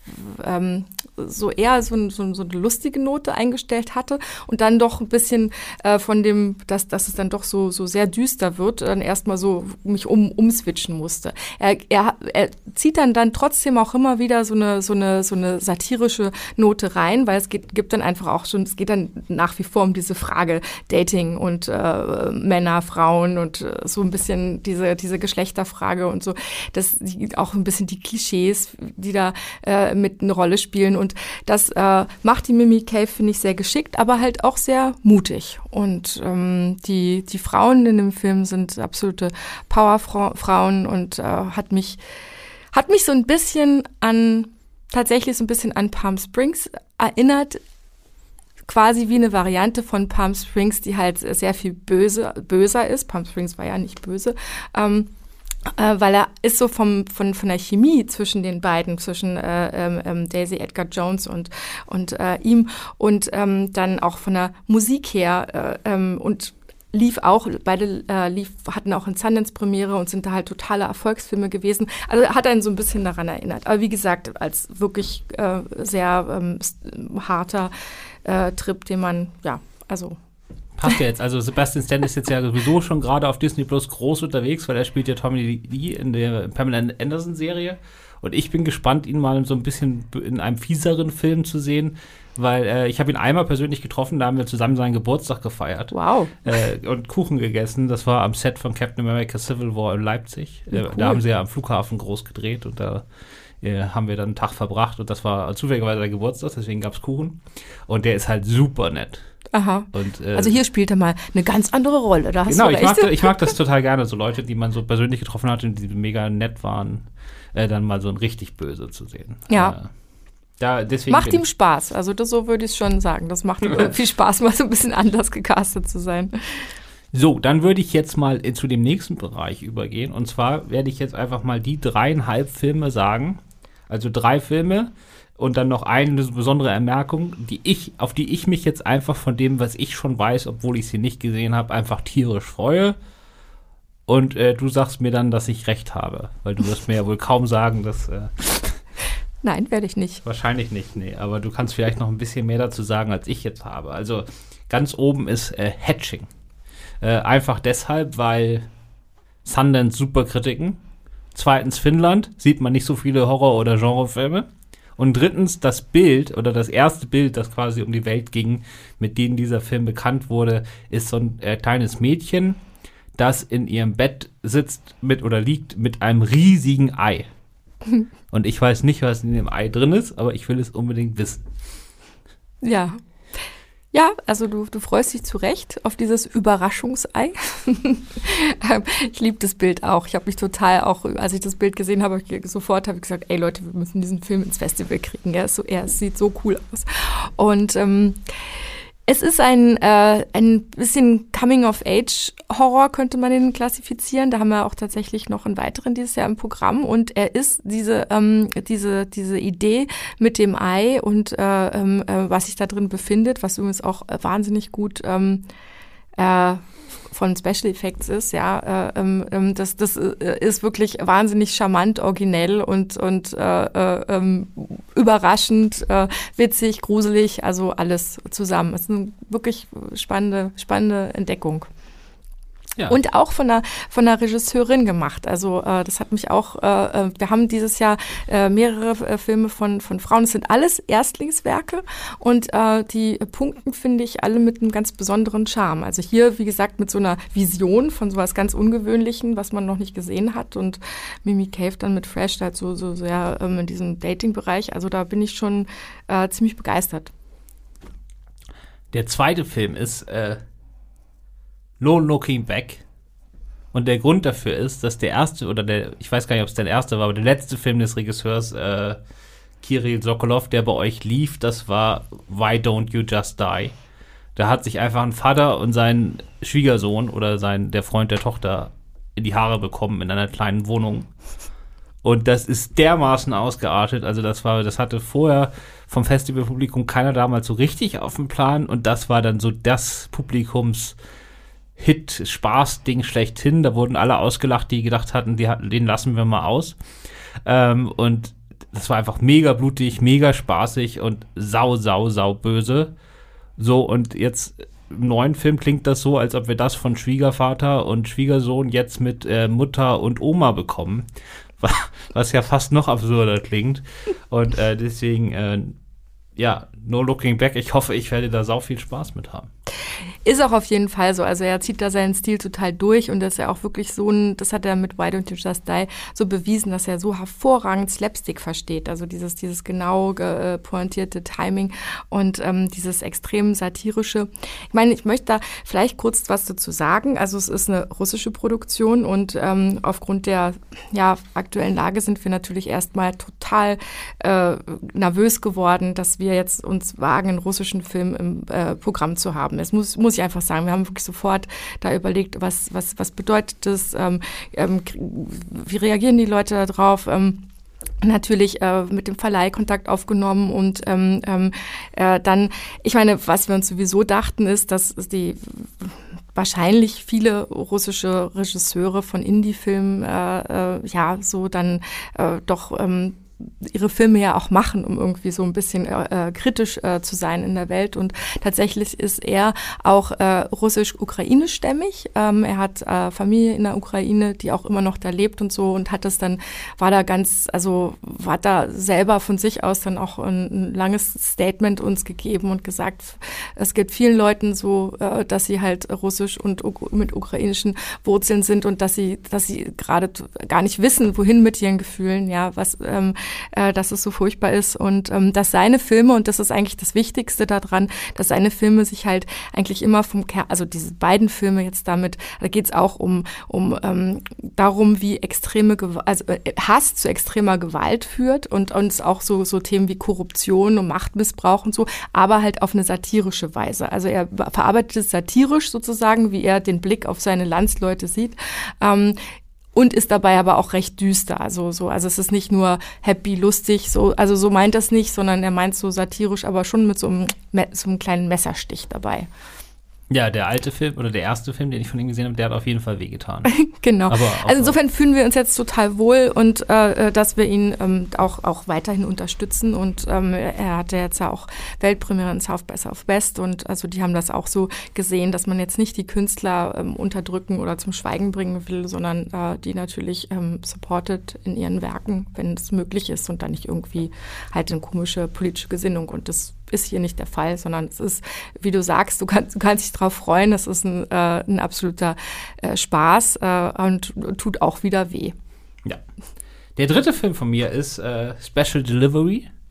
ähm, so eher so, so, so eine lustige Note eingestellt hatte und dann doch ein bisschen äh, von dem, dass, dass es dann doch so, so sehr düster wird, dann erstmal so mich um, umswitchen musste. Er, er, er zieht dann dann trotzdem auch immer wieder so eine, so eine, so eine satirische Note rein, weil es geht, gibt dann einfach auch schon, es geht dann nach wie vor um diese Frage Dating und äh, Männer, Frauen und äh, so ein bisschen diese, diese Geschlechterfrage und so, das die, auch ein bisschen die Klischees, die da äh, mit eine Rolle spielen und das äh, macht die Mimi Cave, finde ich, sehr geschickt, aber halt auch sehr mutig. Und ähm, die, die Frauen in dem Film sind absolute Powerfrauen und äh, hat mich, hat mich so ein bisschen an, tatsächlich so ein bisschen an Palm Springs erinnert, quasi wie eine Variante von Palm Springs, die halt sehr viel böse, böser ist. Palm Springs war ja nicht böse. Ähm, Äh, weil er ist so vom, von, von der Chemie zwischen den beiden, zwischen äh, ähm, Daisy Edgar Jones und, und äh, ihm und ähm, dann auch von der Musik her äh, ähm, und lief auch, beide äh, lief, hatten auch in Sundance-Premiere und sind da halt totale Erfolgsfilme gewesen. Also hat einen so ein bisschen daran erinnert. Aber wie gesagt, als wirklich äh, sehr ähm, harter äh, Trip, den man, ja, also passt ja jetzt. Also Sebastian Stan ist jetzt ja sowieso schon gerade auf Disney Plus groß unterwegs, weil er spielt ja Tommy Lee in der Pamela Anderson-Serie. Und ich bin gespannt, ihn mal so ein bisschen in einem fieseren Film zu sehen, weil äh, ich habe ihn einmal persönlich getroffen, da haben wir zusammen seinen Geburtstag gefeiert. Wow. Äh, und Kuchen gegessen. Das war am Set von Captain America Civil War in Leipzig. Äh, cool. Da haben sie ja am Flughafen groß gedreht und da äh, haben wir dann einen Tag verbracht und das war zufälligerweise sein Geburtstag, deswegen gab es Kuchen. Und der ist halt super nett. Aha. Und, äh, also hier spielt er mal eine ganz andere Rolle. Da hast genau, du ich mag, ich mag das total gerne, so Leute, die man so persönlich getroffen hat und die mega nett waren, äh, dann mal so ein richtig Böse zu sehen. Ja. Äh, da, deswegen macht ihm Spaß. Also das, so würde ich es schon sagen. Das macht ihm viel Spaß, mal so ein bisschen anders gecastet zu sein. So, dann würde ich jetzt mal zu dem nächsten Bereich übergehen. Und zwar werde ich jetzt einfach mal die dreieinhalb Filme sagen. Also drei Filme. Und dann noch eine besondere Anmerkung, die ich, auf die ich mich jetzt einfach von dem, was ich schon weiß, obwohl ich sie nicht gesehen habe, einfach tierisch freue. Und äh, du sagst mir dann, dass ich recht habe. Weil du wirst mir ja wohl kaum sagen, dass äh, Nein, werde ich nicht. Wahrscheinlich nicht, nee. Aber du kannst vielleicht noch ein bisschen mehr dazu sagen, als ich jetzt habe. Also ganz oben ist äh, Hatching. Äh, einfach deshalb, weil Sundance super Kritiken. Zweitens Finnland, sieht man nicht so viele Horror- oder Genrefilme. Und drittens das Bild oder das erste Bild, das quasi um die Welt ging, mit dem dieser Film bekannt wurde, ist so ein äh, kleines Mädchen, das in ihrem Bett sitzt mit oder liegt mit einem riesigen Ei. Und ich weiß nicht, was in dem Ei drin ist, aber ich will es unbedingt wissen. Ja. Ja, also du, du freust dich zu Recht auf dieses Überraschungsei. Ich liebe das Bild auch. Ich habe mich total auch, als ich das Bild gesehen habe, hab ich sofort habe ich gesagt, ey Leute, wir müssen diesen Film ins Festival kriegen. Ja, so, er sieht so cool aus. Und ähm, es ist ein, äh, ein bisschen Coming-of-Age-Horror, könnte man ihn klassifizieren. Da haben wir auch tatsächlich noch einen weiteren dieses Jahr im Programm. Und er ist diese, ähm, diese, diese Idee mit dem Ei und äh, äh, was sich da drin befindet, was übrigens auch wahnsinnig gut ähm, äh, von Special Effects ist, ja, äh, ähm, das, das ist wirklich wahnsinnig charmant, originell und, und äh, äh, überraschend, äh, witzig, gruselig, also alles zusammen. Es ist eine wirklich spannende, spannende Entdeckung. Ja. Und auch von einer, von einer Regisseurin gemacht. Also äh, das hat mich auch, äh, wir haben dieses Jahr äh, mehrere äh, Filme von, von Frauen. Es sind alles Erstlingswerke und äh, die punkten, finde ich, alle mit einem ganz besonderen Charme. Also hier, wie gesagt, mit so einer Vision von sowas ganz Ungewöhnlichen, was man noch nicht gesehen hat. Und Mimi Cave dann mit Fresh, halt so, so sehr ähm, in diesem Dating-Bereich. Also da bin ich schon äh, ziemlich begeistert. Der zweite Film ist äh No Looking Back. Und der Grund dafür ist, dass der erste, oder der, ich weiß gar nicht, ob es der erste war, aber der letzte Film des Regisseurs äh, Kirill Sokolov, der bei euch lief, das war Why Don't You Just Die? Da hat sich einfach ein Vater und sein Schwiegersohn oder sein der Freund der Tochter in die Haare bekommen in einer kleinen Wohnung. Und das ist dermaßen ausgeartet. Also das war, das hatte vorher vom Festivalpublikum keiner damals so richtig auf dem Plan. Und das war dann so das Publikums Hit-Spaß-Ding schlechthin. Da wurden alle ausgelacht, die gedacht hatten, die hatten, den lassen wir mal aus. Ähm, und das war einfach mega blutig, mega spaßig und sau, sau, sau böse. So, und jetzt im neuen Film klingt das so, als ob wir das von Schwiegervater und Schwiegersohn jetzt mit äh, Mutter und Oma bekommen. Was ja fast noch absurder klingt. Und äh, deswegen, äh, ja, No Looking Back. Ich hoffe, ich werde da sau viel Spaß mit haben. Ist auch auf jeden Fall so. Also er zieht da seinen Stil total durch und das ist ja auch wirklich so ein, das hat er mit Why Don't You Just Die so bewiesen, dass er so hervorragend Slapstick versteht. Also dieses, dieses genau äh, pointierte Timing und ähm, dieses extrem satirische. Ich meine, ich möchte da vielleicht kurz was dazu sagen. Also es ist eine russische Produktion und ähm, aufgrund der ja, aktuellen Lage sind wir natürlich erstmal total äh, nervös geworden, dass wir jetzt uns wagen, einen russischen Film im äh, Programm zu haben. Es muss, muss ich einfach sagen, wir haben wirklich sofort da überlegt, was, was, was bedeutet das, ähm, ähm, wie reagieren die Leute darauf, ähm, natürlich äh, mit dem Verleih Kontakt aufgenommen und ähm, ähm, äh, dann, ich meine, was wir uns sowieso dachten, ist, dass die wahrscheinlich viele russische Regisseure von Indie-Filmen äh, äh, ja so dann äh, doch ähm, ihre Filme ja auch machen, um irgendwie so ein bisschen äh, kritisch äh, zu sein in der Welt. Und tatsächlich ist er auch äh, russisch-ukrainischstämmig. Ähm, er hat äh, Familie in der Ukraine, die auch immer noch da lebt und so und hat das dann, war da ganz, also hat da selber von sich aus dann auch ein, ein langes Statement uns gegeben und gesagt, es geht vielen Leuten so, äh, dass sie halt russisch und uk- mit ukrainischen Wurzeln sind und dass sie, dass sie gerade gar nicht wissen, wohin mit ihren Gefühlen, ja, was ähm, Äh, dass es so furchtbar ist und ähm, dass seine Filme, und das ist eigentlich das Wichtigste daran, dass seine Filme sich halt eigentlich immer vom Kern, also diese beiden Filme jetzt damit, da geht es auch um um ähm, darum, wie extreme Gewalt, also äh, Hass zu extremer Gewalt führt und uns auch so so Themen wie Korruption und Machtmissbrauch und so, aber halt auf eine satirische Weise. Also er verarbeitet es satirisch sozusagen, wie er den Blick auf seine Landsleute sieht. Ähm, Und ist dabei aber auch recht düster. Also so, also es ist nicht nur happy, lustig, so, also so meint das nicht, sondern er meint so satirisch, aber schon mit so einem, so einem kleinen Messerstich dabei. Ja, der alte Film oder der erste Film, den ich von ihm gesehen habe, der hat auf jeden Fall wehgetan. Genau. Aber also insofern fühlen wir uns jetzt total wohl und äh, dass wir ihn ähm, auch auch weiterhin unterstützen. Und ähm, er hatte jetzt ja auch Weltpremiere in South by Southwest und also die haben das auch so gesehen, dass man jetzt nicht die Künstler ähm, unterdrücken oder zum Schweigen bringen will, sondern äh, die natürlich ähm, supportet in ihren Werken, wenn es möglich ist und dann nicht irgendwie halt eine komische politische Gesinnung. Und das ist hier nicht der Fall, sondern es ist, wie du sagst, du kannst, du kannst dich drauf freuen, es ist ein, äh, ein absoluter äh, Spaß äh, und tut auch wieder weh. Ja. Der dritte Film von mir ist äh, Special Delivery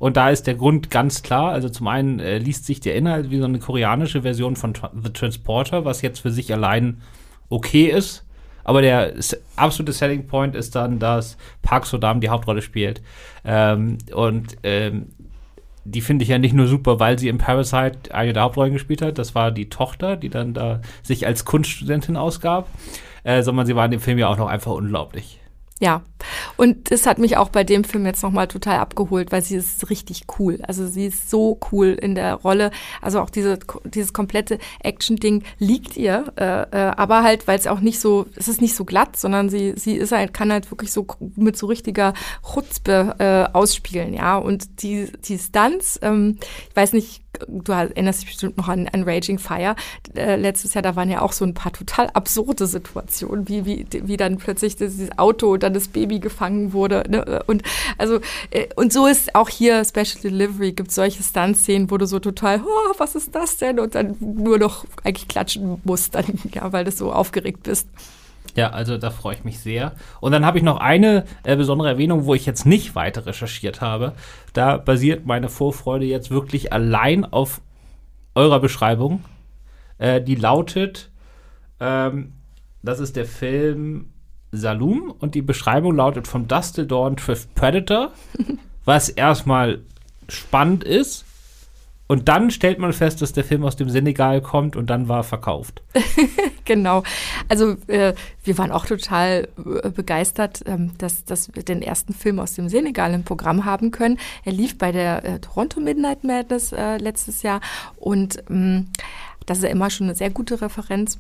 Und da ist der Grund ganz klar. Also zum einen äh, liest sich der Inhalt wie so eine koreanische Version von Tra- The Transporter, was jetzt für sich allein okay ist. Aber der s- absolute Selling Point ist dann, dass Park So-dam die Hauptrolle spielt. Ähm, und ähm, die finde ich ja nicht nur super, weil sie in Parasite eine der Hauptrollen gespielt hat. Das war die Tochter, die dann da sich als Kunststudentin ausgab. Äh, sondern sie war in dem Film ja auch noch einfach unglaublich. Ja, und das hat mich auch bei dem Film jetzt nochmal total abgeholt, weil sie ist richtig cool. Also sie ist so cool in der Rolle. Also auch diese, dieses komplette Action-Ding liegt ihr, äh, äh, aber halt, weil es auch nicht so, es ist nicht so glatt, sondern sie, sie ist halt, kann halt wirklich so mit so richtiger Chutzpe äh, ausspielen, ja. Und die, die Stunts, ähm, ich weiß nicht, du erinnerst dich bestimmt noch an, an Raging Fire. Äh, letztes Jahr, da waren ja auch so ein paar total absurde Situationen, wie, wie, wie dann plötzlich dieses Auto und dann das Baby gefangen wurde. Ne? Und also äh, und so ist auch hier Special Delivery, gibt solche Stunt-Szenen, wo du so total, oh, was ist das denn? Und dann nur noch eigentlich klatschen musst, dann, ja, weil du so aufgeregt bist. Ja, also da freue ich mich sehr. Und dann habe ich noch eine äh, besondere Erwähnung, wo ich jetzt nicht weiter recherchiert habe. Da basiert meine Vorfreude jetzt wirklich allein auf eurer Beschreibung. Äh, die lautet, ähm, das ist der Film Saloon und die Beschreibung lautet From Dusk Till Dawn Trifft Predator, was erstmal spannend ist. Und dann stellt man fest, dass der Film aus dem Senegal kommt und dann war er verkauft. Genau. Also äh, wir waren auch total äh, begeistert, ähm, dass, dass wir den ersten Film aus dem Senegal im Programm haben können. Er lief bei der äh, Toronto Midnight Madness äh, letztes Jahr und ähm, das ist ja immer schon eine sehr gute Referenz.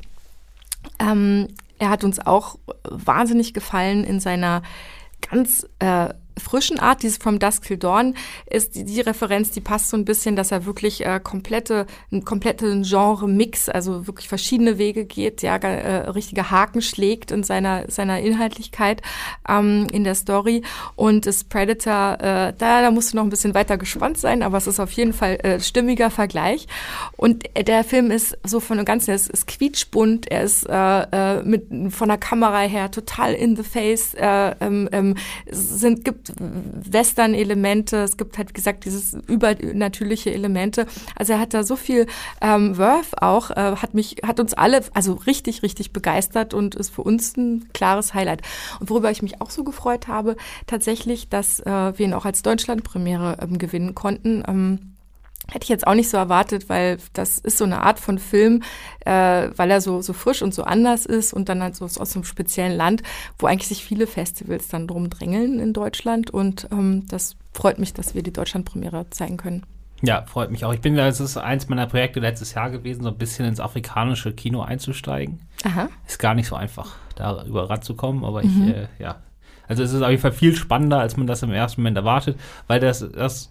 Ähm, er hat uns auch wahnsinnig gefallen in seiner ganz äh, frischen Art. Dieses From Dusk Till Dawn ist die, die Referenz, die passt so ein bisschen, dass er wirklich äh, komplette, einen kompletten Genre-Mix, also wirklich verschiedene Wege geht, ja, äh, richtige Haken schlägt in seiner seiner Inhaltlichkeit ähm, in der Story. Und das Predator, äh, da, da musst du noch ein bisschen weiter gespannt sein, aber es ist auf jeden Fall äh, stimmiger Vergleich. Und äh, der Film ist so von dem Ganzen, er ist, ist quietschbunt, er ist äh, äh, mit von der Kamera her total in the face, äh, ähm, ähm, sind gibt Western-Elemente, es gibt halt, wie gesagt, dieses übernatürliche Elemente. Also er hat da so viel ähm, Worth auch, äh, hat mich, hat uns alle, also richtig, richtig begeistert und ist für uns ein klares Highlight. Und worüber ich mich auch so gefreut habe, tatsächlich, dass äh, wir ihn auch als Deutschlandpremiere ähm, gewinnen konnten. Ähm, Hätte ich jetzt auch nicht so erwartet, weil das ist so eine Art von Film, äh, weil er so so frisch und so anders ist und dann halt so aus so einem speziellen Land, wo eigentlich sich viele Festivals dann drum drängeln in Deutschland. Und ähm, das freut mich, dass wir die Deutschlandpremiere zeigen können. Ja, freut mich auch. Ich bin, das ist eins meiner Projekte letztes Jahr gewesen, so ein bisschen ins afrikanische Kino einzusteigen. Aha. Ist gar nicht so einfach, da über ranzukommen, aber mhm. ich, äh, ja. Also es ist auf jeden Fall viel spannender, als man das im ersten Moment erwartet, weil das, das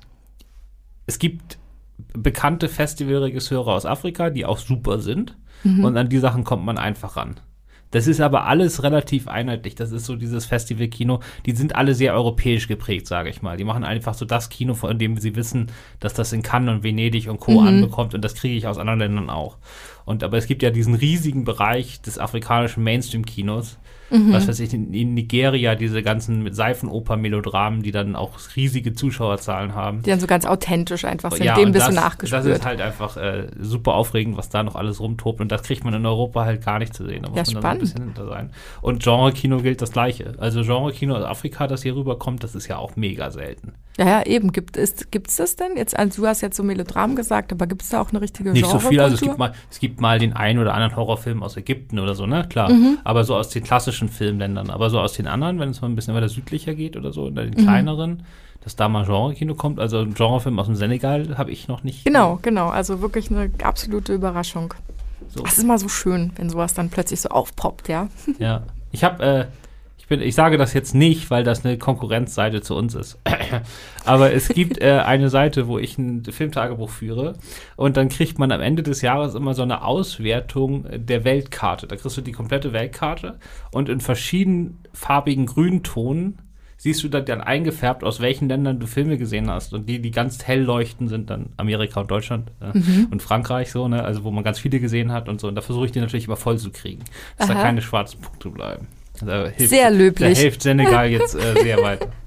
es gibt bekannte Festivalregisseure aus Afrika, die auch super sind. Mhm. Und an die Sachen kommt man einfach ran. Das ist aber alles relativ einheitlich. Das ist so dieses Festivalkino. Die sind alle sehr europäisch geprägt, sage ich mal. Die machen einfach so das Kino, von dem sie wissen, dass das in Cannes und Venedig und Co. Mhm. anbekommt. Und das kriege ich aus anderen Ländern auch. Und aber es gibt ja diesen riesigen Bereich des afrikanischen Mainstream-Kinos. Mhm. Was weiß ich, in, in Nigeria diese ganzen mit Seifenoper-Melodramen, die dann auch riesige Zuschauerzahlen haben. Die dann so ganz authentisch einfach sind, ja, dem ein bisschen das, nachgespürt. Das ist halt einfach äh, super aufregend, was da noch alles rumtobt. Und das kriegt man in Europa halt gar nicht zu sehen. Da muss ja, man spannend. dann so ein bisschen hinter sein. Und Genre-Kino gilt das Gleiche. Also Genre-Kino aus Afrika, das hier rüberkommt, das ist ja auch mega selten. Ja, ja, eben. Gibt es gibt's das denn? Jetzt, also du hast jetzt so Melodram gesagt, aber gibt es da auch eine richtige Nicht so viel. Also es Genrekultur? gibt mal, es gibt mal den einen oder anderen Horrorfilm aus Ägypten oder so, ne? Klar. Mhm. Aber so aus den klassischen Filmländern. Aber so aus den anderen, wenn es mal ein bisschen weiter südlicher geht oder so, in den kleineren, mhm. dass da mal Genre-Kino kommt. Also ein Genrefilm aus dem Senegal habe ich noch nicht. Genau, genau. Also wirklich eine absolute Überraschung. So. Das ist immer so schön, wenn sowas dann plötzlich so aufpoppt, ja. Ja. Ich habe, äh, ich bin, ich sage das jetzt nicht, weil das eine Konkurrenzseite zu uns ist. Aber es gibt äh, eine Seite, wo ich ein Filmtagebuch führe und dann kriegt man am Ende des Jahres immer so eine Auswertung der Weltkarte. Da kriegst du die komplette Weltkarte und in verschiedenfarbigen Grüntonen siehst du dann, dann eingefärbt, aus welchen Ländern du Filme gesehen hast. Und die, die ganz hell leuchten, sind dann Amerika und Deutschland äh, mhm. und Frankreich, so, ne? Also wo man ganz viele gesehen hat und so. Und da versuche ich die natürlich immer voll zu kriegen, dass Aha. da keine schwarzen Punkte bleiben. Da hilft, sehr löblich. Da hilft Senegal jetzt äh, sehr weiter.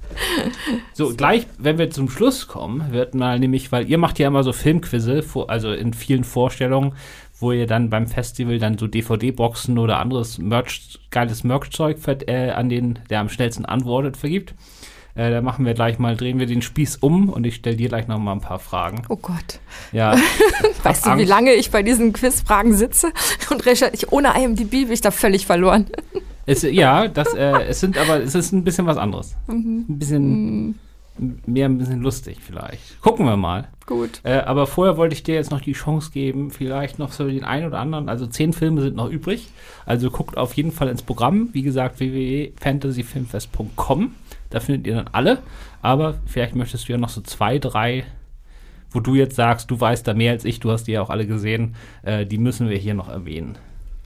So, gleich, wenn wir zum Schluss kommen, wird mal nämlich, weil ihr macht ja immer so Filmquizze, also in vielen Vorstellungen, wo ihr dann beim Festival dann so D V D-Boxen oder anderes Merch, geiles Merch-Zeug äh, an den, der am schnellsten antwortet, vergibt. Äh, da machen wir gleich mal, drehen wir den Spieß um und ich stelle dir gleich noch mal ein paar Fragen. Oh Gott. Ja. Weißt du, Angst. Wie lange ich bei diesen Quizfragen sitze und recherchiere? Ohne I M D B bin ich da völlig verloren. Es, ja, das, äh, es sind aber, es ist ein bisschen was anderes. Mhm. Ein bisschen, mhm. mehr ein bisschen lustig vielleicht. Gucken wir mal. Gut. Äh, aber vorher wollte ich dir jetzt noch die Chance geben, vielleicht noch so den einen oder anderen, also zehn Filme sind noch übrig. Also guckt auf jeden Fall ins Programm. Wie gesagt, w w w punkt fantasy filmfest punkt com. Da findet ihr dann alle. Aber vielleicht möchtest du ja noch so zwei, drei, wo du jetzt sagst, du weißt da mehr als ich, du hast die ja auch alle gesehen. Äh, die müssen wir hier noch erwähnen.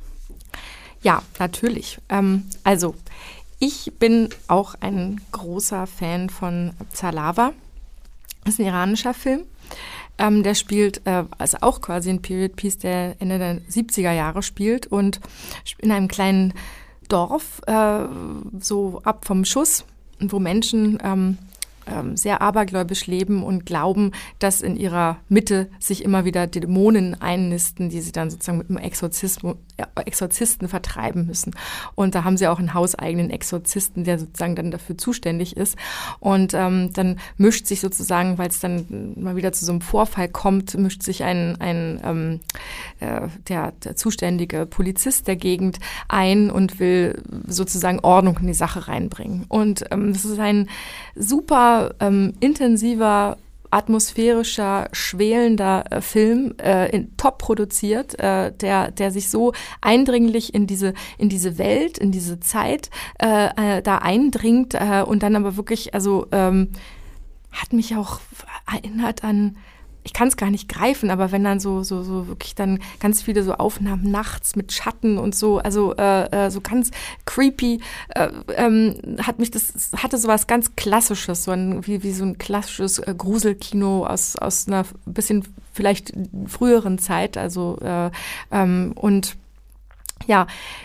Ja, natürlich. Ähm, also, ich bin auch ein großer Fan von Zalava. Das ist ein iranischer Film. Ähm, der spielt, äh, also auch quasi ein Period Piece, der Ende der siebziger Jahre spielt und in einem kleinen Dorf, äh, so ab vom Schuss, wo Menschen ähm, ähm, sehr abergläubisch leben und glauben, dass in ihrer Mitte sich immer wieder Dämonen einnisten, die sie dann sozusagen mit einem Exorzismus, äh, Exorzisten vertreiben müssen. Und da haben sie auch einen hauseigenen Exorzisten, der sozusagen dann dafür zuständig ist. Und ähm, dann mischt sich sozusagen, weil es dann mal wieder zu so einem Vorfall kommt, mischt sich ein, ein ähm, äh, der, der zuständige Polizist der Gegend ein und will sozusagen Ordnung in die Sache reinbringen. Und ähm, das ist ein super ähm, intensiver, atmosphärischer, schwelender äh, Film, äh, in, top produziert, äh, der der sich so eindringlich in diese in diese Welt, in diese Zeit äh, äh, da eindringt äh, und dann aber wirklich, also ähm, hat mich auch erinnert an, ich kann es gar nicht greifen, aber wenn dann so so so wirklich dann ganz viele so Aufnahmen nachts mit Schatten und so, also äh, äh, so ganz creepy, äh, ähm, hat mich das hatte so was ganz Klassisches, so ein wie wie so ein klassisches äh, Gruselkino aus aus einer bisschen vielleicht früheren Zeit, also äh, ähm, und ja,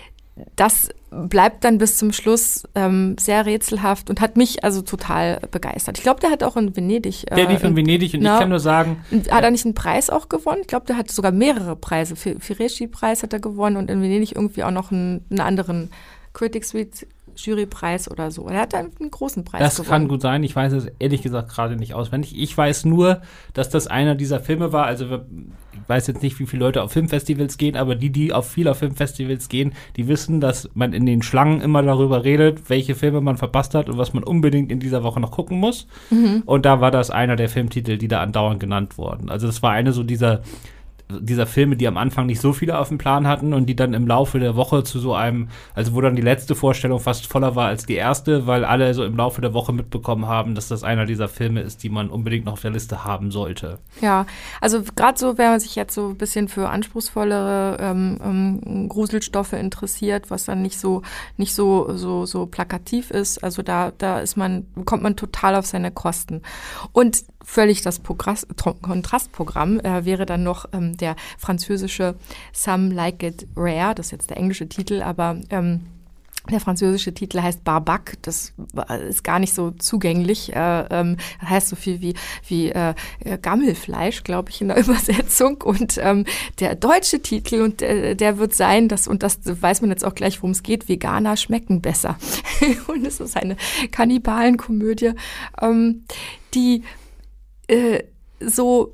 das bleibt dann bis zum Schluss ähm, sehr rätselhaft und hat mich also total begeistert. Ich glaube, der hat auch in Venedig. Äh, der lief in Venedig und na, ich kann nur sagen. Hat er nicht einen Preis auch gewonnen? Ich glaube, der hat sogar mehrere Preise. Firesci-Preis hat er gewonnen und in Venedig irgendwie auch noch einen, einen anderen Critics Suite Jurypreis oder so. Er hat einen großen Preis das gewonnen. Das kann gut sein. Ich weiß es ehrlich gesagt gerade nicht auswendig. Ich weiß nur, dass das einer dieser Filme war. Also ich weiß jetzt nicht, wie viele Leute auf Filmfestivals gehen, aber die, die auf viel auf Filmfestivals gehen, die wissen, dass man in den Schlangen immer darüber redet, welche Filme man verpasst hat und was man unbedingt in dieser Woche noch gucken muss. Mhm. Und da war das einer der Filmtitel, die da andauernd genannt wurden. Also das war eine so dieser dieser Filme, die am Anfang nicht so viele auf dem Plan hatten und die dann im Laufe der Woche zu so einem, also wo dann die letzte Vorstellung fast voller war als die erste, weil alle so im Laufe der Woche mitbekommen haben, dass das einer dieser Filme ist, die man unbedingt noch auf der Liste haben sollte. Ja, also gerade so, wenn man sich jetzt so ein bisschen für anspruchsvollere ähm, ähm, Gruselstoffe interessiert, was dann nicht so nicht so so so plakativ ist, also da da ist man kommt man total auf seine Kosten. Und völlig das Progress- Kontrastprogramm äh, wäre dann noch ähm, der französische Some Like It Rare, das ist jetzt der englische Titel, aber ähm, der französische Titel heißt Barbac, das ist gar nicht so zugänglich, äh, ähm, das heißt so viel wie, wie äh, Gammelfleisch, glaube ich, in der Übersetzung. Und ähm, der deutsche Titel, und äh, der wird sein, dass, und das weiß man jetzt auch gleich, worum es geht, Veganer schmecken besser. Und es ist eine Kannibalenkomödie, ähm, die äh, so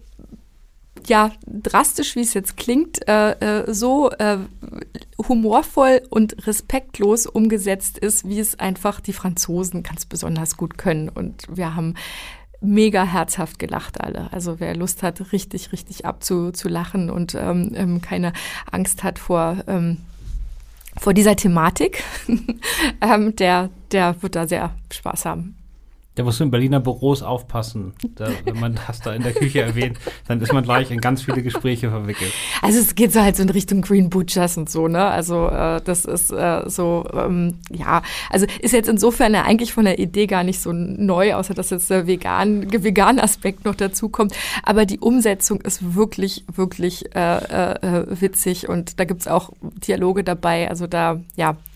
ja, drastisch, wie es jetzt klingt, äh, äh, so äh, humorvoll und respektlos umgesetzt ist, wie es einfach die Franzosen ganz besonders gut können. Und wir haben mega herzhaft gelacht alle. Also wer Lust hat, richtig, richtig abzulachen und ähm, ähm, keine Angst hat vor, ähm, vor dieser Thematik, ähm, der, der wird da sehr Spaß haben. Der muss in Berliner Büros aufpassen. Da, wenn man das da in der Küche erwähnt, dann ist man gleich in ganz viele Gespräche verwickelt. Also es geht so halt so in Richtung Green Butchers und so, ne? Also äh, das ist äh, so, ähm, ja, also ist jetzt insofern ja eigentlich von der Idee gar nicht so neu, außer dass jetzt der vegan, vegane Aspekt noch dazu kommt. Aber die Umsetzung ist wirklich, wirklich äh, äh, witzig und da gibt's auch Dialoge dabei. Also da, ja,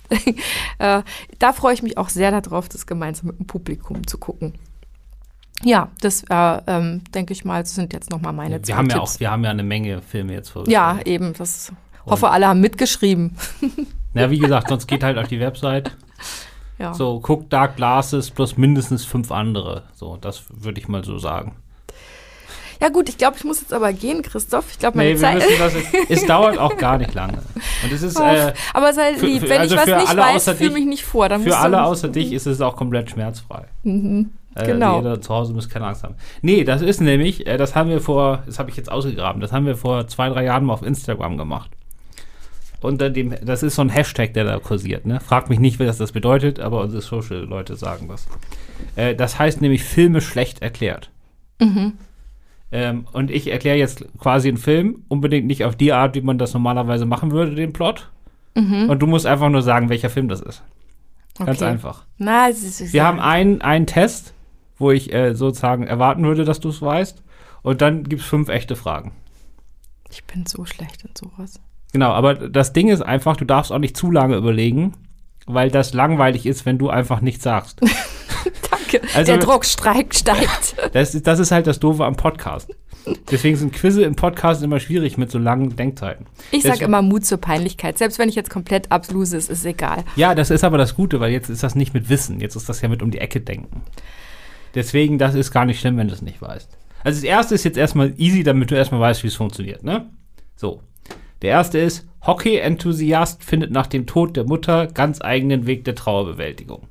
äh, da freue ich mich auch sehr darauf, das gemeinsam mit dem Publikum zu gucken. Ja, das äh, ähm, denke ich mal, sind jetzt nochmal meine wir zwei haben Tipps. Ja auch, wir haben ja eine Menge Filme jetzt vorgestellt. Ja, eben. Das hoffe, alle haben mitgeschrieben. Ja, wie gesagt, sonst geht halt auf die Website. Ja. So, guck Dark Glasses plus mindestens fünf andere. So, das würde ich mal so sagen. Ja gut, ich glaube, ich muss jetzt aber gehen, Christoph. Ich glaube, meine Nee, wir Zeit... müssen das jetzt, es dauert auch gar nicht lange. Und es ist, äh, aber sei für- lieb, für- wenn also ich was für nicht alle weiß, außer fühl dich- mich nicht vor. Dann für musst du- alle außer dich ist es auch komplett schmerzfrei. Mhm. Äh, Genau. Jeder zu Hause muss keine Angst haben. Nee, das ist nämlich, äh, das haben wir vor, das habe ich jetzt ausgegraben, das haben wir vor zwei, drei Jahren mal auf Instagram gemacht. Unter dem, das ist so ein Hashtag, der da kursiert, ne? Frag mich nicht, was das bedeutet, aber unsere Social-Leute sagen das. Äh, das heißt nämlich Filme schlecht erklärt. Mhm. Ähm, und ich erkläre jetzt quasi einen Film, unbedingt nicht auf die Art, wie man das normalerweise machen würde, den Plot. Mhm. Und du musst einfach nur sagen, welcher Film das ist. Ganz Okay. einfach. Na, es ist, Wir haben einen, einen Test, wo ich äh, sozusagen erwarten würde, dass du es weißt. Und dann gibt es fünf echte Fragen. Ich bin so schlecht in sowas. Genau, aber das Ding ist einfach, du darfst auch nicht zu lange überlegen, weil das langweilig ist, wenn du einfach nichts sagst. Danke. Also- Der Druck steigt, steigt. Das, ist- das ist halt das Doofe am Podcast. Deswegen sind Quizze im Podcast immer schwierig mit so langen Denkzeiten. Ich sage Deswegen- immer Mut zur Peinlichkeit. Selbst wenn ich jetzt komplett absluse, ist es egal. Ja, das ist aber das Gute, weil jetzt ist das nicht mit Wissen. Jetzt ist das ja mit um die Ecke denken. Deswegen, das ist gar nicht schlimm, wenn du es nicht weißt. Also das erste ist jetzt erstmal easy, damit du erstmal weißt, wie es funktioniert, ne? So. Der erste ist, Hockey-Enthusiast findet nach dem Tod der Mutter ganz eigenen Weg der Trauerbewältigung.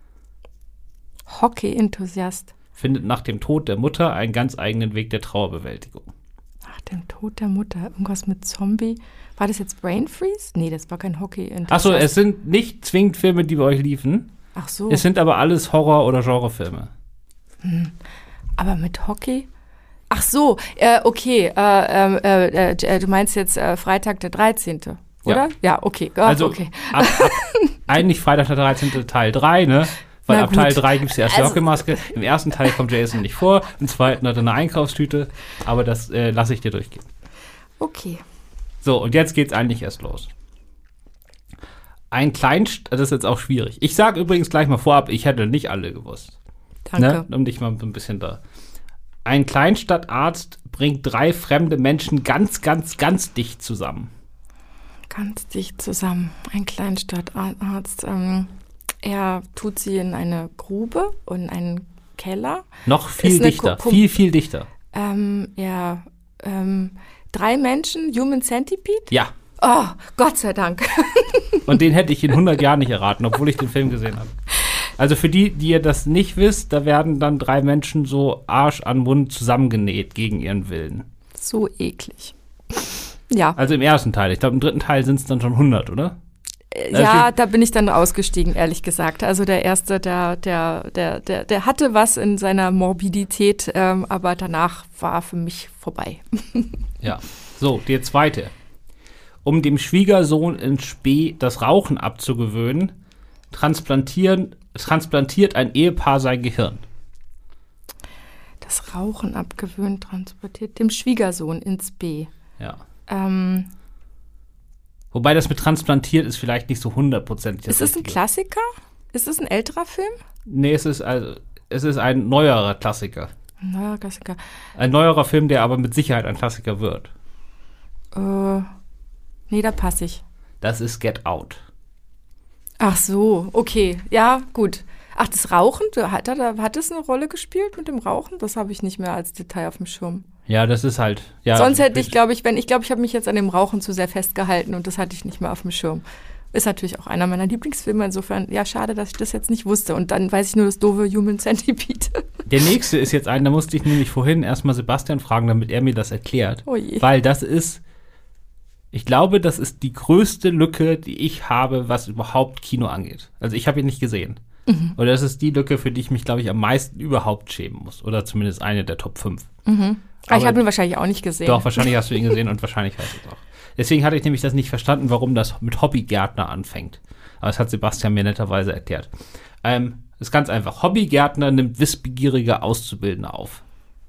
Hockey-Enthusiast. Findet nach dem Tod der Mutter einen ganz eigenen Weg der Trauerbewältigung. Nach dem Tod der Mutter. Irgendwas mit Zombie. War das jetzt Brain Freeze? Nee, das war kein Hockey-Enthusiast. Achso, es sind nicht zwingend Filme, die bei euch liefen. Ach so. Es sind aber alles Horror- oder Genrefilme. Aber mit Hockey? Ach so, äh, okay. Äh, äh, äh, du meinst jetzt äh, Freitag der dreizehnte, oder? Ja. Ja, okay. Oh, Also okay. ab, ab, eigentlich Freitag der dreizehnte Teil drei, ne? Weil Na ab Teil gut. drei gibt es die erste Also- Hockeymaske. Im ersten Teil kommt Jason nicht vor, im zweiten hat er eine Einkaufstüte, aber das äh, lasse ich dir durchgehen. Okay. So, und jetzt geht's eigentlich erst los. Ein Kleinst, das ist jetzt auch schwierig. Ich sage übrigens gleich mal vorab, ich hätte nicht alle gewusst. Danke. Ne? Um dich mal so ein bisschen da. Ein Kleinstadtarzt bringt drei fremde Menschen ganz, ganz, ganz dicht zusammen. Ganz dicht zusammen. Ein Kleinstadtarzt. Ähm, er tut sie in eine Grube und einen Keller. Noch viel Ist eine dichter, Ko- viel, viel dichter. Ähm, er, ähm, drei Menschen, Human Centipede? Ja, Oh, Gott sei Dank. und den hätte ich in hundert Jahren nicht erraten, obwohl ich den Film gesehen habe. Also für die, die ihr das nicht wisst, da werden dann drei Menschen so Arsch an Mund zusammengenäht gegen ihren Willen. So eklig. Ja, Also im ersten Teil. Ich glaube, im dritten Teil sind es dann schon hundert, oder? äh, also ja, ich- da bin ich dann ausgestiegen, ehrlich gesagt. Also der erste, der, der, der, der, der hatte was in seiner Morbidität, ähm, aber danach war für mich vorbei. Ja. So, der zweite. Um dem Schwiegersohn in Spee das Rauchen abzugewöhnen, transplantieren, transplantiert ein Ehepaar sein Gehirn. Das Rauchen abgewöhnt, transportiert dem Schwiegersohn ins B. Ja. Ähm, Wobei das mit transplantiert ist vielleicht nicht so hundertprozentig. das ist es ein Richtige. Klassiker? Ist es ein älterer Film? Nee, es ist, also, es ist ein neuerer Klassiker. Ein neuer Klassiker. Ein neuerer Film, der aber mit Sicherheit ein Klassiker wird. Äh, nee, da passe ich. Das ist Get Out. Ach so, okay. Ja, gut. Ach, das Rauchen, da hat, da, hat das eine Rolle gespielt mit dem Rauchen? Das habe ich nicht mehr als Detail auf dem Schirm. Ja, das ist halt. Ja, Sonst hätte ich, glaube ich, wenn ich glaube, ich habe mich jetzt an dem Rauchen zu sehr festgehalten und das hatte ich nicht mehr auf dem Schirm. Ist natürlich auch einer meiner Lieblingsfilme, insofern, ja, schade, dass ich das jetzt nicht wusste. Und dann weiß ich nur das doofe Human Centipede. Der nächste ist jetzt ein, da musste ich nämlich vorhin erstmal Sebastian fragen, damit er mir das erklärt. Oh je. Weil das ist, ich glaube, das ist die größte Lücke, die ich habe, was überhaupt Kino angeht. Also ich habe ihn nicht gesehen. Mhm. Und das ist die Lücke, für die ich mich, glaube ich, am meisten überhaupt schämen muss. Oder zumindest eine der Top fünf. Mhm. Aber ich Aber- habe ihn wahrscheinlich auch nicht gesehen. Doch, wahrscheinlich hast du ihn gesehen und wahrscheinlich heißt es auch. Deswegen hatte ich nämlich das nicht verstanden, warum das mit Hobbygärtner anfängt. Aber das hat Sebastian mir netterweise erklärt. Ähm, ist ganz einfach. Hobbygärtner nimmt wissbegierige Auszubildende auf.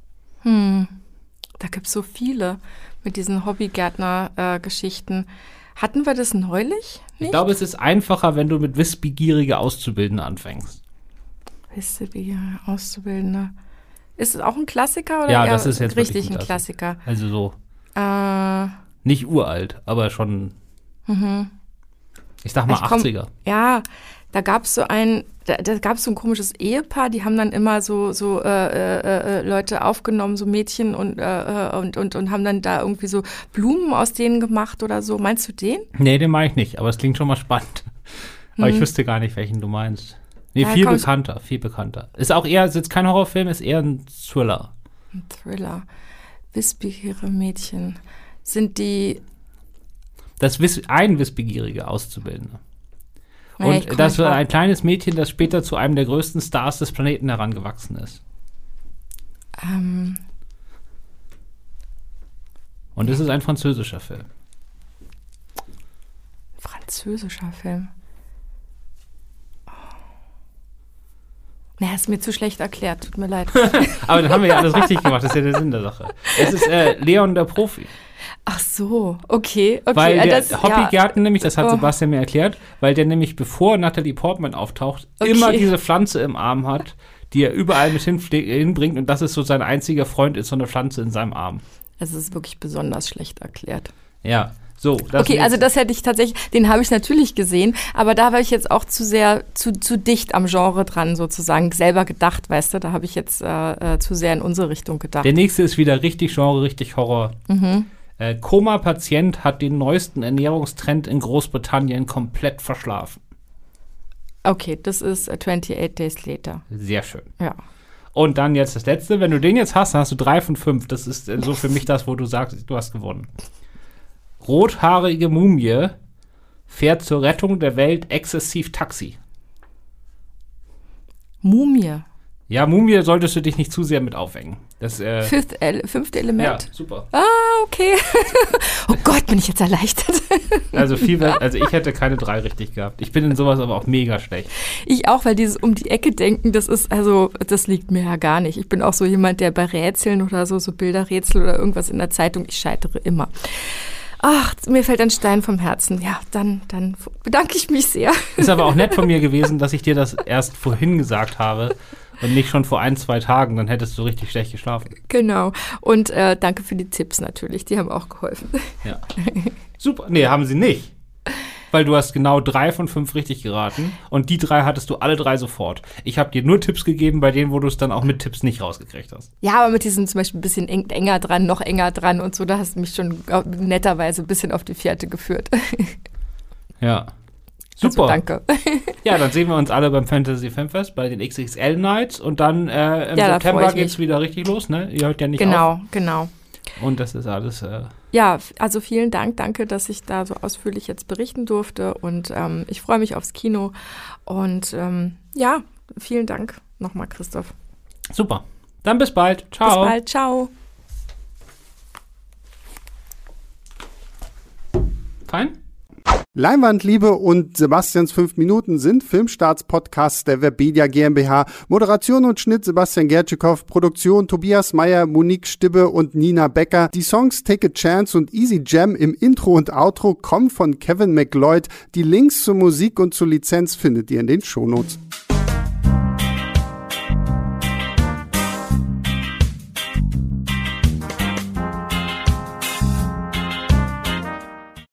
Hm. Da gibt es so viele mit diesen Hobbygärtner-Geschichten. Hatten wir das neulich? Nicht? Ich glaube, es ist einfacher, wenn du mit wissbegierige Auszubildende anfängst. Wissbegierige Auszubildende. Ist es auch ein Klassiker oder ja, eher das ist jetzt richtig ein ein Klassiker? Also so. Äh, nicht uralt, aber schon. Mhm. Ich sag mal ich komm, achtziger. Ja, da gab es so ein, da, da gab es so ein komisches Ehepaar, die haben dann immer so so äh, äh, Leute aufgenommen, so Mädchen und, äh, und und und haben dann da irgendwie so Blumen aus denen gemacht oder so. Meinst du den? Nee, den meine ich nicht, aber es klingt schon mal spannend. Aber Hm. ich wüsste gar nicht, welchen du meinst. Nee, Ja, viel komm, bekannter, viel bekannter. Ist auch eher, ist jetzt kein Horrorfilm, ist eher ein Thriller. Ein Thriller. Wissbegierige Mädchen. Sind die Das Wiss, ein wissbegierige Auszubildende. Nee, ich Und komm das nicht war drauf. ein kleines Mädchen, das später zu einem der größten Stars des Planeten herangewachsen ist. ähm, Und es ist ein französischer Film. französischer Film. Naja, ist mir zu schlecht erklärt, tut mir leid. Aber dann haben wir ja alles richtig gemacht, das ist ja der Sinn der Sache. Es ist äh, Leon der Profi. Ach so, okay, okay. Weil äh, der das, Hobbygärtner nämlich, das hat Oh. Sebastian mir erklärt, weil der nämlich, bevor Natalie Portman auftaucht, Okay. immer diese Pflanze im Arm hat, die er überall mit hinpfle- hinbringt und das ist so sein einziger Freund, ist so eine Pflanze in seinem Arm. Es ist wirklich besonders schlecht erklärt. Ja, so. Das Okay, also das hätte ich tatsächlich, den habe ich natürlich gesehen, aber da war ich jetzt auch zu sehr, zu, zu dicht am Genre dran sozusagen, selber gedacht, weißt du, da habe ich jetzt äh, äh, zu sehr in unsere Richtung gedacht. Der nächste ist wieder richtig Genre, richtig Horror. Mhm. Äh, Koma-Patient hat den neuesten Ernährungstrend in Großbritannien komplett verschlafen. Okay, das ist äh, achtundzwanzig Days Later. Sehr schön. Ja. Und dann jetzt das letzte. Wenn du den jetzt hast, dann hast du drei von fünf. Das ist äh, so für mich das, wo du sagst, du hast gewonnen. Rothaarige Mumie fährt zur Rettung der Welt exzessiv Taxi. Mumie. Ja, Mumie solltest du dich nicht zu sehr mit aufhängen. Das, äh, Fifth Ele- fünfte ja, Element. super. Ah, okay. Oh Gott, bin ich jetzt erleichtert. Also viel, also ich hätte keine drei richtig gehabt. Ich bin in sowas aber auch mega schlecht. Ich auch, weil dieses um die Ecke denken, das ist, also, das liegt mir ja gar nicht. Ich bin auch so jemand, der bei Rätseln oder so, so Bilderrätsel oder irgendwas in der Zeitung, ich scheitere immer. Ach, mir fällt ein Stein vom Herzen. Ja, dann, dann bedanke ich mich sehr. Ist aber auch nett von mir gewesen, dass ich dir das erst vorhin gesagt habe und nicht schon vor ein, zwei Tagen. Dann hättest du richtig schlecht geschlafen. Genau. Und äh, danke für die Tipps natürlich, die haben auch geholfen. Ja. Super. Nee, haben sie nicht. Weil du hast genau drei von fünf richtig geraten und die drei hattest du alle drei sofort. Ich habe dir nur Tipps gegeben, bei denen, wo du es dann auch mit Tipps nicht rausgekriegt hast. Ja, aber mit diesem zum Beispiel ein bisschen eng, enger dran, noch enger dran und so, da hast du mich schon netterweise ein bisschen auf die Fährte geführt. Ja. Also Super. danke. Ja, dann sehen wir uns alle beim Fantasy Filmfest bei den X X L Nights und dann äh, im Ja, da September freu ich geht's mich. wieder richtig los, ne? Ihr hört ja nicht auf. Genau, genau. Und das ist alles. Äh, Ja, also vielen Dank, danke, dass ich da so ausführlich jetzt berichten durfte und ähm, ich freue mich aufs Kino und ähm, ja, vielen Dank nochmal, Christoph. super. Dann bis bald. Ciao. Bis bald, ciao. Fein? Leinwandliebe und Sebastians fünf Minuten sind Filmstarts-Podcasts der Webedia GmbH. Moderation und Schnitt Sebastian Gertschikow, Produktion Tobias Meyer, Monique Stibbe und Nina Becker. Die Songs Take a Chance und Easy Jam im Intro und Outro kommen von Kevin MacLeod. Die Links zur Musik und zur Lizenz findet ihr in den Shownotes.